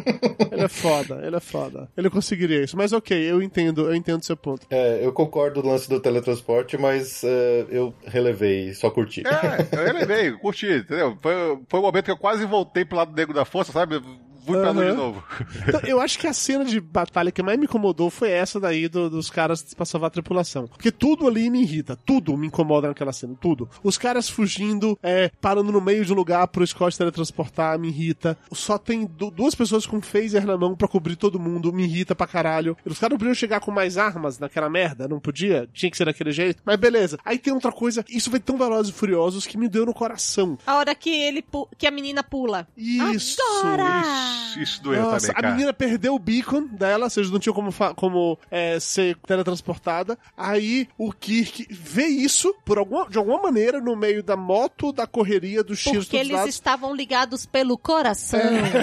é foda, ele é foda. Ele conseguiria isso. Mas ok, eu entendo seu ponto. Eu concordo no lance do teletransporte, mas eu relevei, só curti. Eu relevei, curti, entendeu? Foi o momento que eu quase voltei pro lado negro da força, sabe? Fui pra de novo. Então, eu acho que a cena de batalha que mais me incomodou foi essa daí dos caras pra salvar a tripulação. Porque tudo ali me irrita. Tudo me incomoda naquela cena. Tudo. Os caras fugindo, parando no meio de um lugar pro Scott teletransportar, me irrita. Só tem duas pessoas com phaser na mão pra cobrir todo mundo, me irrita pra caralho. Os caras não podiam chegar com mais armas naquela merda, não podia? Tinha que ser daquele jeito. Mas beleza. Aí tem outra coisa, isso foi tão Velozes e Furiosos que me deu no coração. A hora que a menina pula. Isso. Adora! Isso doeu também, cara. A menina perdeu o beacon dela, ou seja, não tinha como ser teletransportada. Aí o Kirk vê isso, de alguma maneira, no meio da moto, da correria, dos tiros porque eles estavam ligados pelo coração.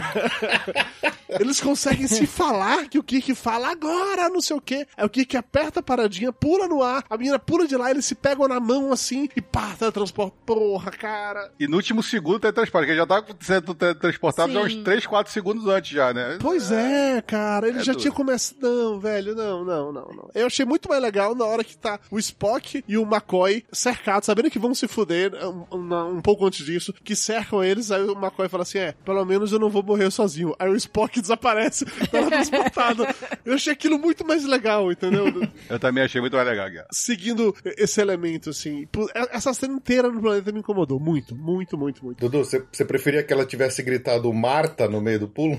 Eles conseguem se falar, que o Kirk fala agora, não sei o quê. Aí o Kirk aperta a paradinha, pula no ar, a menina pula de lá, eles se pegam na mão assim e pá, teletransporta. Porra, cara. E no último segundo teletransporta, porque ele já tá sendo teletransportado já uns 3, 4 segundos antes já, né? Pois cara, ele já tinha começado... Não, velho, não. Eu achei muito mais legal na hora que tá o Spock e o McCoy cercados, sabendo que vão se fuder um pouco antes disso, que cercam eles, aí o McCoy fala assim, pelo menos eu não vou morrer sozinho. Aí o Spock desaparece, tá transportado. Eu achei aquilo muito mais legal, entendeu? Eu também achei muito mais legal, cara. Seguindo esse elemento, assim, essa cena inteira no planeta me incomodou muito. Dudu, você preferia que ela tivesse gritado Marta no meio do pulo?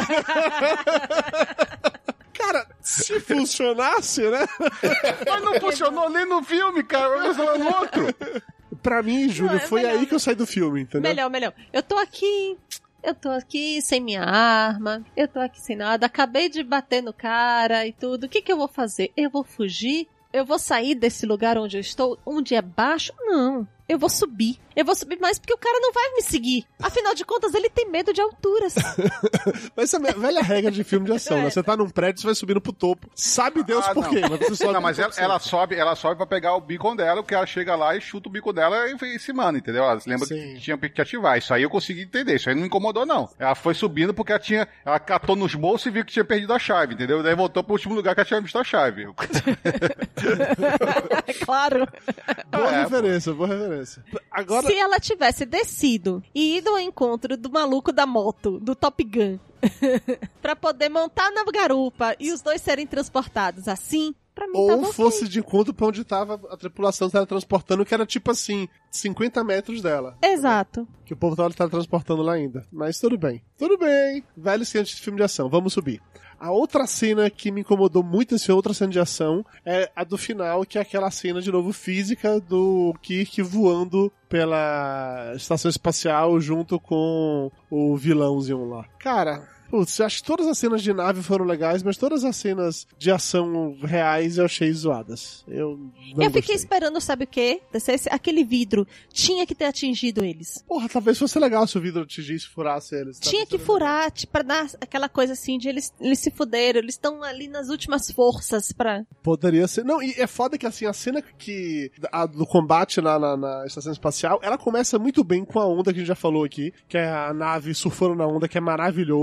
Cara, se funcionasse, né? Mas não funcionou nem no filme, cara. Vai funcionar no outro. Pra mim, Júlio, foi melhor, aí que eu saí do filme, entendeu? Melhor. Eu tô aqui sem minha arma, eu tô aqui sem nada, acabei de bater no cara e tudo. O que eu vou fazer? Eu vou fugir? Eu vou sair desse lugar onde eu estou, onde é baixo? Não. Eu vou subir. Eu vou subir mais porque o cara não vai me seguir. Afinal de contas, ele tem medo de alturas. Mas essa é a velha regra de filme de ação, né? Você tá num prédio, você vai subindo pro topo. Sabe Deus por quê, mas você sobe. Não, mas ela sobe pra pegar o beacon dela, porque ela chega lá e chuta o beacon dela e se manda, entendeu? Ela se lembra que tinha que ativar. Isso aí eu consegui entender. Isso aí não me incomodou, não. Ela foi subindo porque ela catou nos bolsos e viu que tinha perdido a chave, entendeu? Daí voltou pro último lugar que ela tinha visto a chave. Claro. Boa referência. Agora... Se ela tivesse descido e ido ao encontro do maluco da moto, do Top Gun, pra poder montar na garupa e os dois serem transportados assim, pra mim tava ou fosse de encontro pra onde tava a tripulação teletransportando, que era tipo assim, 50 metros dela. Exato. Que o povo tava teletransportando lá ainda. Mas tudo bem. Velho ciente de filme de ação. Vamos subir. A outra cena que me incomodou muito, essa outra cena de ação, é a do final, que é aquela cena, de novo, física do Kirk voando pela estação espacial junto com o vilãozinho lá. Cara... Putz, acho que todas as cenas de nave foram legais, mas todas as cenas de ação reais eu achei zoadas. Eu fiquei esperando, sabe o quê? Aquele vidro tinha que ter atingido eles. Porra, talvez fosse legal se o vidro atingisse e furasse eles. Tinha que furar, pra dar aquela coisa assim de eles se fuderam, eles estão ali nas últimas forças pra... Poderia ser. Não, e é foda que assim, a cena do combate na estação espacial, ela começa muito bem com a onda que a gente já falou aqui, que é a nave surfando na onda, que é maravilhoso.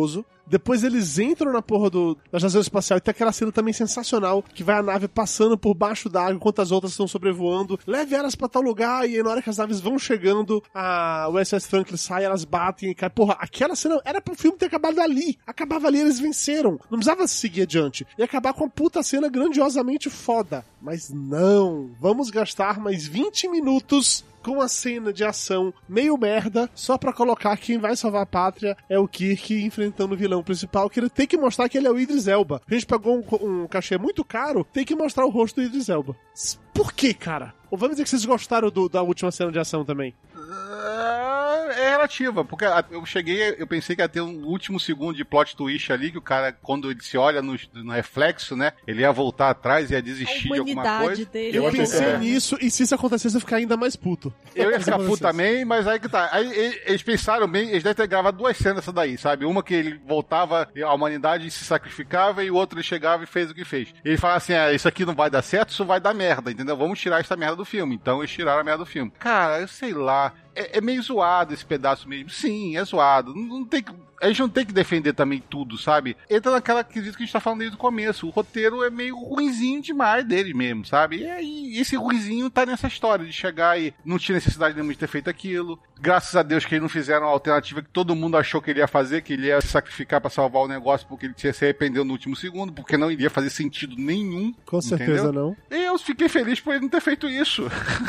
Depois eles entram na porra da estação espacial e tem aquela cena também sensacional, que vai a nave passando por baixo d'água enquanto as outras estão sobrevoando. Leve elas pra tal lugar e aí, na hora que as naves vão chegando, a USS Franklin sai, elas batem e caem. Porra, aquela cena era pro filme ter acabado ali. Acabava ali, eles venceram. Não precisava seguir adiante. E acabar com a puta cena grandiosamente foda. Mas não. Vamos gastar mais 20 minutos com a cena de ação meio merda, só pra colocar quem vai salvar a pátria é o Kirk enfrentando o vilão principal, que ele tem que mostrar que ele é o Idris Elba. A gente pagou um cachê muito caro, tem que mostrar o rosto do Idris Elba. Por que, cara? Ou vamos dizer que vocês gostaram da última cena de ação também? É relativa, porque eu pensei que ia ter um último segundo de plot twist ali, que o cara, quando ele se olha no reflexo, né, ele ia voltar atrás e ia desistir de alguma coisa. Dele. Eu pensei nisso, e se isso acontecesse, eu ia ficar ainda mais puto. Eu ia ficar puto também, mas aí que tá. Aí eles pensaram bem, eles devem ter gravado 2 cenas dessa daí, sabe? Uma que ele voltava, a humanidade se sacrificava, e o outro ele chegava e fez o que fez. Ele fala assim, isso aqui não vai dar certo, isso vai dar merda, entendeu? Vamos tirar essa merda do filme. Então eles tiraram a merda do filme. Cara, eu sei lá. É meio zoado esse pedaço mesmo. Sim, é zoado. A gente não tem que defender também tudo, sabe? Entra naquela quesito que a gente tá falando desde o começo. O roteiro é meio ruinzinho demais dele mesmo, sabe? E aí, esse ruinzinho tá nessa história de chegar e não tinha necessidade nenhuma de ter feito aquilo. Graças a Deus que eles não fizeram a alternativa que todo mundo achou que ele ia fazer, que ele ia se sacrificar pra salvar o negócio porque ele tinha se arrependeu no último segundo, porque não iria fazer sentido nenhum. Com certeza entendeu? Não. E eu fiquei feliz por ele não ter feito isso.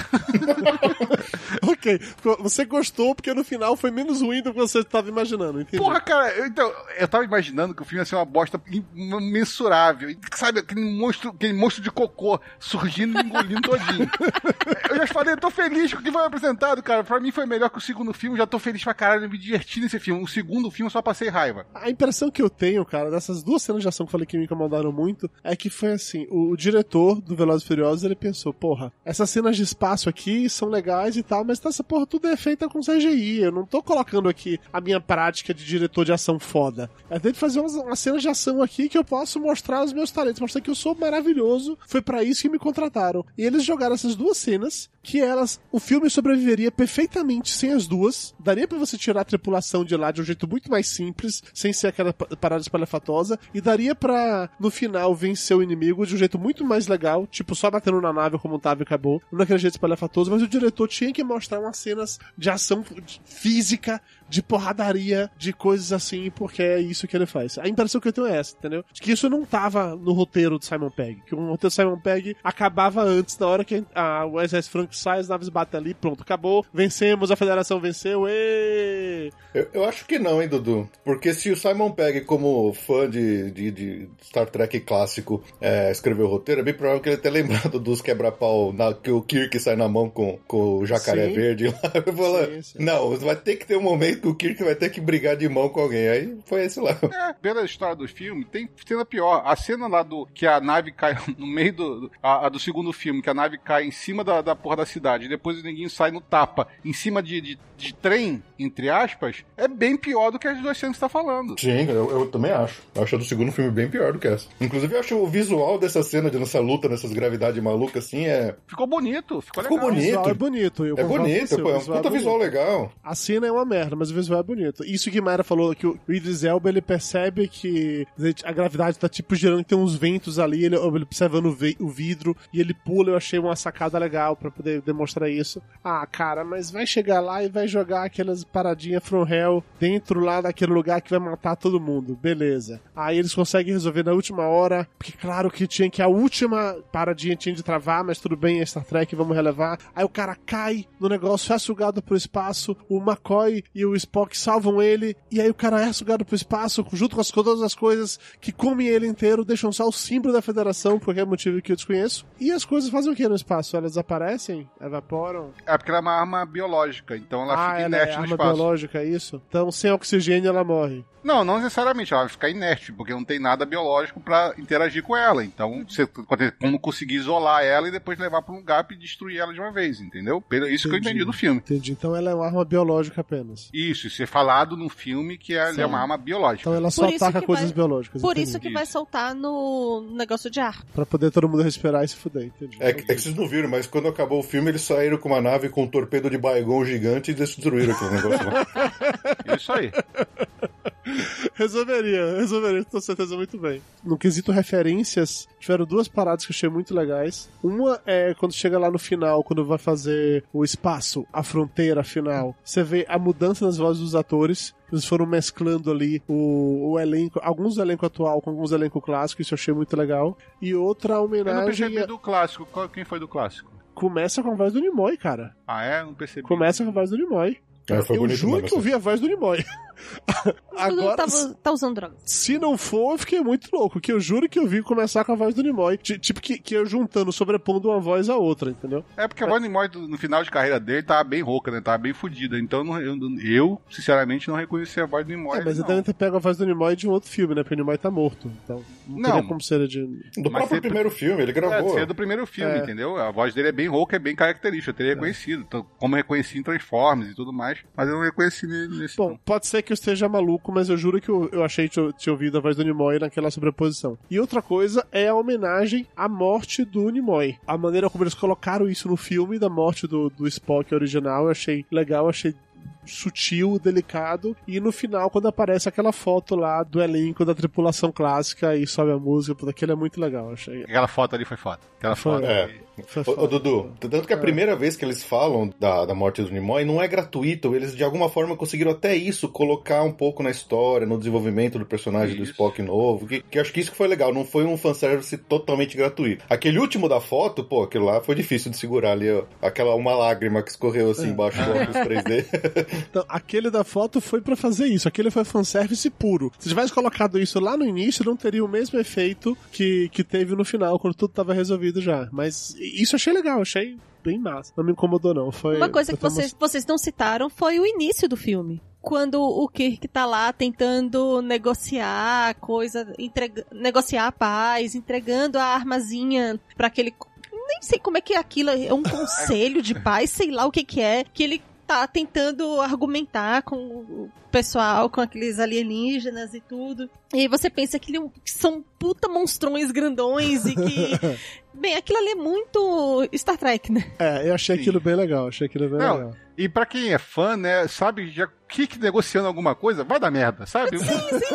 Ok. Você gostou porque no final foi menos ruim do que você estava imaginando, entendeu? Porra, cara, eu tava imaginando que o filme ia ser uma bosta imensurável. Sabe, aquele monstro de cocô surgindo e engolindo todinho. Eu já falei, eu tô feliz com o que foi apresentado, cara. Pra mim foi melhor que o segundo filme, já tô feliz pra caralho, me diverti nesse filme. O segundo filme eu só passei raiva. A impressão que eu tenho, cara, dessas 2 cenas de ação que eu falei que me incomodaram muito, é que foi assim, o diretor do Velozes e Furiosos, ele pensou, porra, essas cenas de espaço aqui são legais e tal, mas essa porra tudo é feita com CGI, eu não tô colocando aqui a minha prática de diretor de ação foda. Eu tenho que fazer uma cena de ação aqui que eu posso mostrar os meus talentos, mostrar que eu sou maravilhoso, foi pra isso que me contrataram. E eles jogaram essas 2 cenas, que o filme sobreviveria perfeitamente sem as 2, daria pra você tirar a tripulação de lá de um jeito muito mais simples, sem ser aquela parada espalhafatosa, e daria pra, no final, vencer o inimigo de um jeito muito mais legal, tipo, só batendo na nave como tava e acabou, não daquele jeito espalhafatoso, mas o diretor tinha que mostrar umas cenas de ação física, de porradaria, de coisas assim, porque é isso que ele faz. A impressão que eu tenho é essa, entendeu? De que isso não tava no roteiro do Simon Pegg, que o roteiro do Simon Pegg acabava antes, na hora que o USS Franklin sai, as naves batem ali, pronto, acabou, vencemos, a Federação venceu, Eu acho que não, hein, Dudu? Porque se o Simon Pegg, como fã de Star Trek clássico, escreveu o roteiro, é bem provável que ele tenha lembrado dos quebra-pau que o Kirk sai na mão com o jacaré verde lá. Eu falo, não, vai ter que ter um momento que o Kirk vai ter que brigar de mão com alguém. Aí foi esse lá. Pela história do filme, tem cena pior. A cena lá que a nave cai no meio do segundo filme, que a nave cai em cima da porra da cidade, e depois o neguinho sai no tapa, em cima de trem, entre aspas, é bem pior do que as 2 cenas que você tá falando. Sim, eu também acho. Eu acho a do segundo filme bem pior do que essa. Inclusive, eu acho o visual dessa cena, nessa luta, nessas gravidades malucas, assim, Ficou bonito, ficou legal. bonito. O visual é bonito. É bonito, pô, é um puta visual legal. A cena é uma merda, mas o visual é bonito. Isso que Mayra falou, que o Idris Elba, ele percebe que a gravidade tá tipo girando, tem uns ventos ali, ele observando o vidro, e ele pula, eu achei uma sacada legal pra poder demonstrar isso. Ah, cara, mas vai chegar lá e vai jogar aquelas paradinhas from hell dentro lá daquele lugar que vai matar todo mundo. Beleza. Aí eles conseguem resolver na última hora, porque claro que a última paradinha tinha de travar, mas tudo bem, é Star Trek, vamos relevar. Aí o cara cai no negócio, é sugado pro espaço, o McCoy e o Spock salvam ele, e aí o cara é sugado pro espaço, junto com todas as coisas que comem ele inteiro, deixam só o símbolo da Federação, por qualquer motivo que eu desconheço. E as coisas fazem o que no espaço? Elas desaparecem? Evaporam? É porque ela é uma arma biológica, então ela fica inerte no espaço. Arma biológica, é isso? Então, sem oxigênio, ela morre. Não necessariamente, ela vai ficar inerte, porque não tem nada biológico pra interagir com ela. Então, você como conseguir isolar ela e depois levar pra um lugar e destruir ela de uma vez, entendeu? Isso que eu entendi do filme. Entendi. Então ela é uma arma biológica apenas. Isso é falado no filme que ela é uma arma biológica. Então ela só ataca coisas biológicas. Por isso que vai soltar no negócio de ar. Pra poder todo mundo respirar e se fuder, entendi. É que vocês não viram, mas quando acabou o filme, eles saíram com uma nave com um torpedo de Baygon gigante e destruíram aquele negócio lá. Isso aí. Resolveria, com certeza muito bem. No quesito referências, tiveram duas paradas que eu achei muito legais. Uma é quando chega lá no final, quando vai fazer o espaço, a fronteira final, você vê a mudança nas vozes dos atores. Eles foram mesclando ali o elenco, alguns do elenco atual com alguns do elenco clássico, isso eu achei muito legal. E outra homenagem... Eu não percebi do clássico. Quem foi do clássico? Começa com a voz do Nimoy, cara. Ah, é? Não percebi. Começa com a voz do Nimoy. Eu juro que eu vi a voz do Nimoy. Agora, tá usando droga. Se não for, eu fiquei muito louco. Que eu juro que eu vi começar com a voz do Nimoy. Tipo que eu juntando, sobrepondo uma voz a outra, entendeu? É porque a voz do Nimoy no final de carreira dele tava bem rouca, né? Tava bem fodida. Então eu, sinceramente, não reconheci a voz do Nimoy. Mas eu também pego a voz do Nimoy de um outro filme, né? Porque o Nimoy tá morto. Então não teria como ser de... Do próprio primeiro filme, ele gravou. É do primeiro filme, entendeu? A voz dele é bem rouca, é bem característica. Eu teria reconhecido. Então, como eu reconheci em Transformers e tudo mais. Mas eu não reconheci nesse... Bom, pode ser que eu esteja maluco, mas eu juro que eu achei que eu tinha ouvido a voz do Nimoy naquela sobreposição. E outra coisa é a homenagem à morte do Nimoy. A maneira como eles colocaram isso no filme da morte do Spock original, eu achei legal, achei sutil, delicado, e no final, quando aparece aquela foto lá do elenco da tripulação clássica e sobe a música, porque aquilo é muito legal, achei. Aquela foto ali foi foda. Aquela foto Ô, Dudu, tanto que a primeira vez que eles falam da morte do Nimoy não é gratuito, eles de alguma forma conseguiram até isso, colocar um pouco na história, no desenvolvimento do personagem do Spock novo, que eu acho que isso que foi legal, não foi um fanservice totalmente gratuito. Aquele último da foto, pô, aquilo lá foi difícil de segurar ali, ó, uma lágrima que escorreu assim embaixo do óculos 3D. Então, aquele da foto foi pra fazer isso, aquele foi fanservice puro. Se tivesse colocado isso lá no início, não teria o mesmo efeito que teve no final, quando tudo tava resolvido já. Mas isso eu achei legal, achei bem massa. Não me incomodou, não. Foi, uma coisa que vocês não citaram foi o início do filme. Quando o Kirk tá lá tentando negociar negociar a paz, entregando a armazinha pra aquele... Nem sei como é que é aquilo, é um conselho de paz, sei lá o que é, que ele tá tentando argumentar com o pessoal, com aqueles alienígenas e tudo. E aí você pensa que são puta monstrões grandões e que... Bem, aquilo ali é muito Star Trek, né? Eu achei aquilo bem legal, legal. E pra quem é fã, né, sabe, já Kirk negociando alguma coisa, vai dar merda, sabe? Sim.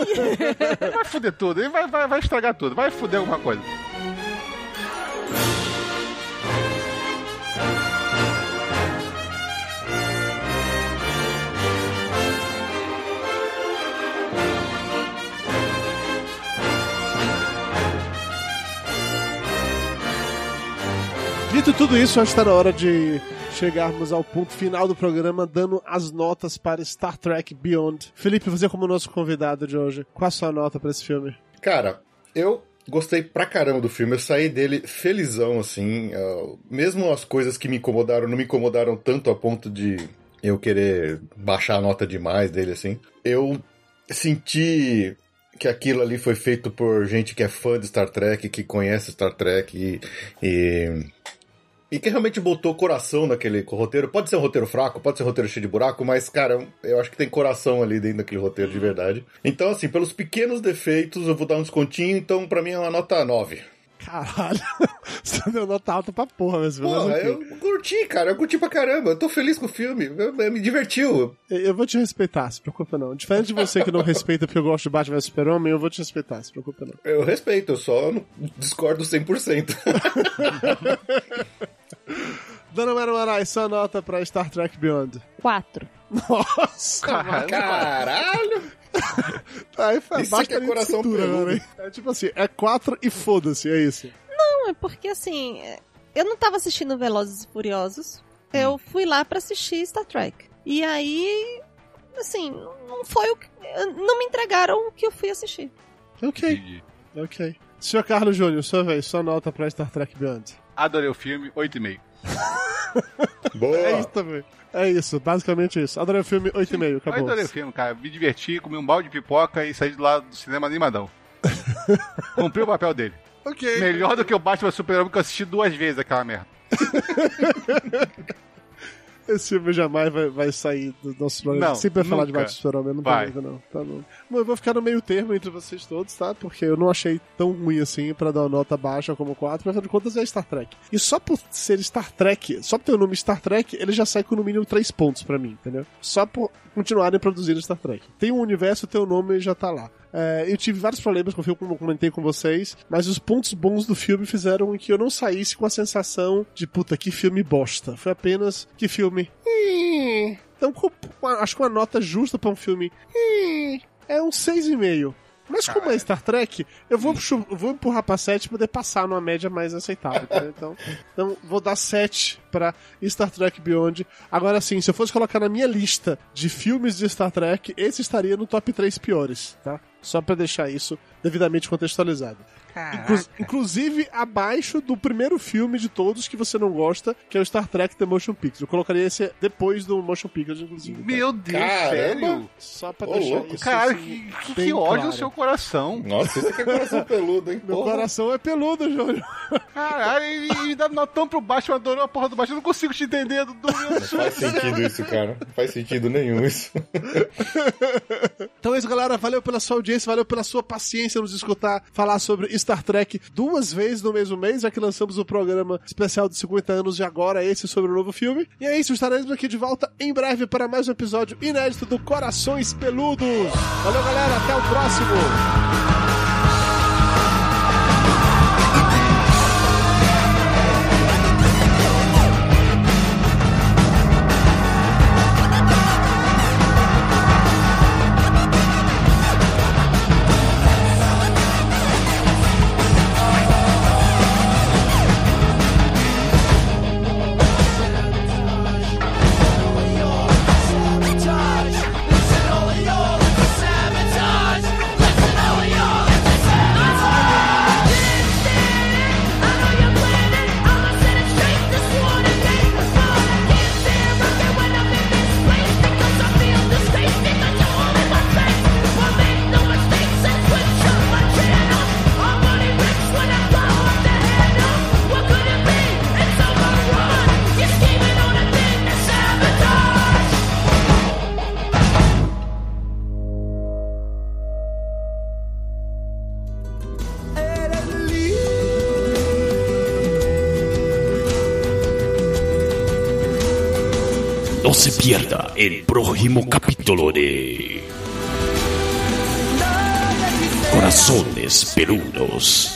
Vai foder tudo, ele vai estragar tudo, vai foder alguma coisa. Dito tudo isso, acho que está na hora de chegarmos ao ponto final do programa, dando as notas para Star Trek Beyond. Felipe, você como nosso convidado de hoje, qual a sua nota para esse filme? Cara, eu gostei pra caramba do filme, eu saí dele felizão, assim, mesmo as coisas que me incomodaram, não me incomodaram tanto a ponto de eu querer baixar a nota demais dele, assim. Eu senti que aquilo ali foi feito por gente que é fã de Star Trek, que conhece Star Trek e que realmente botou coração naquele roteiro. Pode ser um roteiro fraco, pode ser um roteiro cheio de buraco, mas, cara, eu acho que tem coração ali dentro daquele roteiro de verdade. Então, assim, pelos pequenos defeitos, eu vou dar um descontinho, então pra mim é uma nota 9. Caralho, você deu nota alta pra porra mesmo. Porra, eu curti, cara, eu curti pra caramba, eu tô feliz com o filme, me divertiu. Eu vou te respeitar, se preocupa não. Diferente de você que não respeita porque eu gosto de Batman vs Super-Homem, eu vou te respeitar, se preocupa não. Eu respeito, eu só discordo 100%. Dona Mara Moraes, sua nota pra Star Trek Beyond? 4. Nossa, caralho! Aí foi isso aqui é coração peludo. Né? É tipo assim, é 4 e foda-se, é isso. Não, é porque assim, eu não tava assistindo Velozes e Furiosos, eu fui lá pra assistir Star Trek. E aí, assim, não foi o que... Não me entregaram o que eu fui assistir. Ok. Senhor Carlos Júnior, sua vez, sua nota pra Star Trek Beyond. Adorei o filme, 8,5. Boa! É isso também. É isso, basicamente isso. Adorei o filme, 8,5, acabou. Eu adorei o filme, cara. Me diverti, comi um balde de pipoca e saí de lá do cinema animadão. Cumpri o papel dele. Ok. Melhor do que o Batman Super-Homem que eu assisti 2 vezes aquela merda. Esse filme jamais vai sair do nosso programa. Não, sempre vai falar de nunca. Batman Super-Homem, não Vai. tem não. Tá bom. Bom, eu vou ficar no meio termo entre vocês todos, tá? Porque eu não achei tão ruim assim pra dar uma nota baixa como 4, mas afinal de contas é Star Trek. E só por ser Star Trek, só por ter o nome Star Trek, ele já sai com no mínimo 3 pontos pra mim, entendeu? Só por continuarem produzindo Star Trek. Tem um universo, tem o nome e já tá lá. Eu tive vários problemas com o filme, como eu comentei com vocês, mas os pontos bons do filme fizeram com que eu não saísse com a sensação de puta, que filme bosta. Foi apenas que filme. Então, acho que uma nota justa pra um filme é um 6,5. Mas como é Star Trek, eu vou empurrar pra 7 pra poder passar numa média mais aceitável. Né? Então, vou dar 7 pra Star Trek Beyond. Agora sim, se eu fosse colocar na minha lista de filmes de Star Trek, esse estaria no top 3 piores, tá? Só pra deixar isso devidamente contextualizado. Inclusive abaixo do primeiro filme de todos que você não gosta, que é o Star Trek The Motion Picture. Eu colocaria esse depois do Motion Picture, inclusive. Meu Deus, sério? Só pra deixar louco. isso Cara, assim, que bem ódio claro. no seu coração. Nossa, isso aqui é coração peludo, hein? Meu Porra. coração é peludo, Júlio. Caralho, e dá notão pro baixo, eu adoro a porra do baixo, eu não consigo te entender, Dudu. Não faz sentido isso, cara. Não faz sentido nenhum isso. Então é isso, galera. Valeu pela sua audiência, valeu pela sua paciência nos escutar falar sobre Star Trek 2 vezes no mesmo mês, já que lançamos o programa especial de 50 anos de agora, esse sobre o novo filme. E é isso, estaremos aqui de volta em breve para mais um episódio inédito do Corações Peludos. Valeu, galera. Até o próximo. No se pierda el próximo capítulo de Corazones Peludos.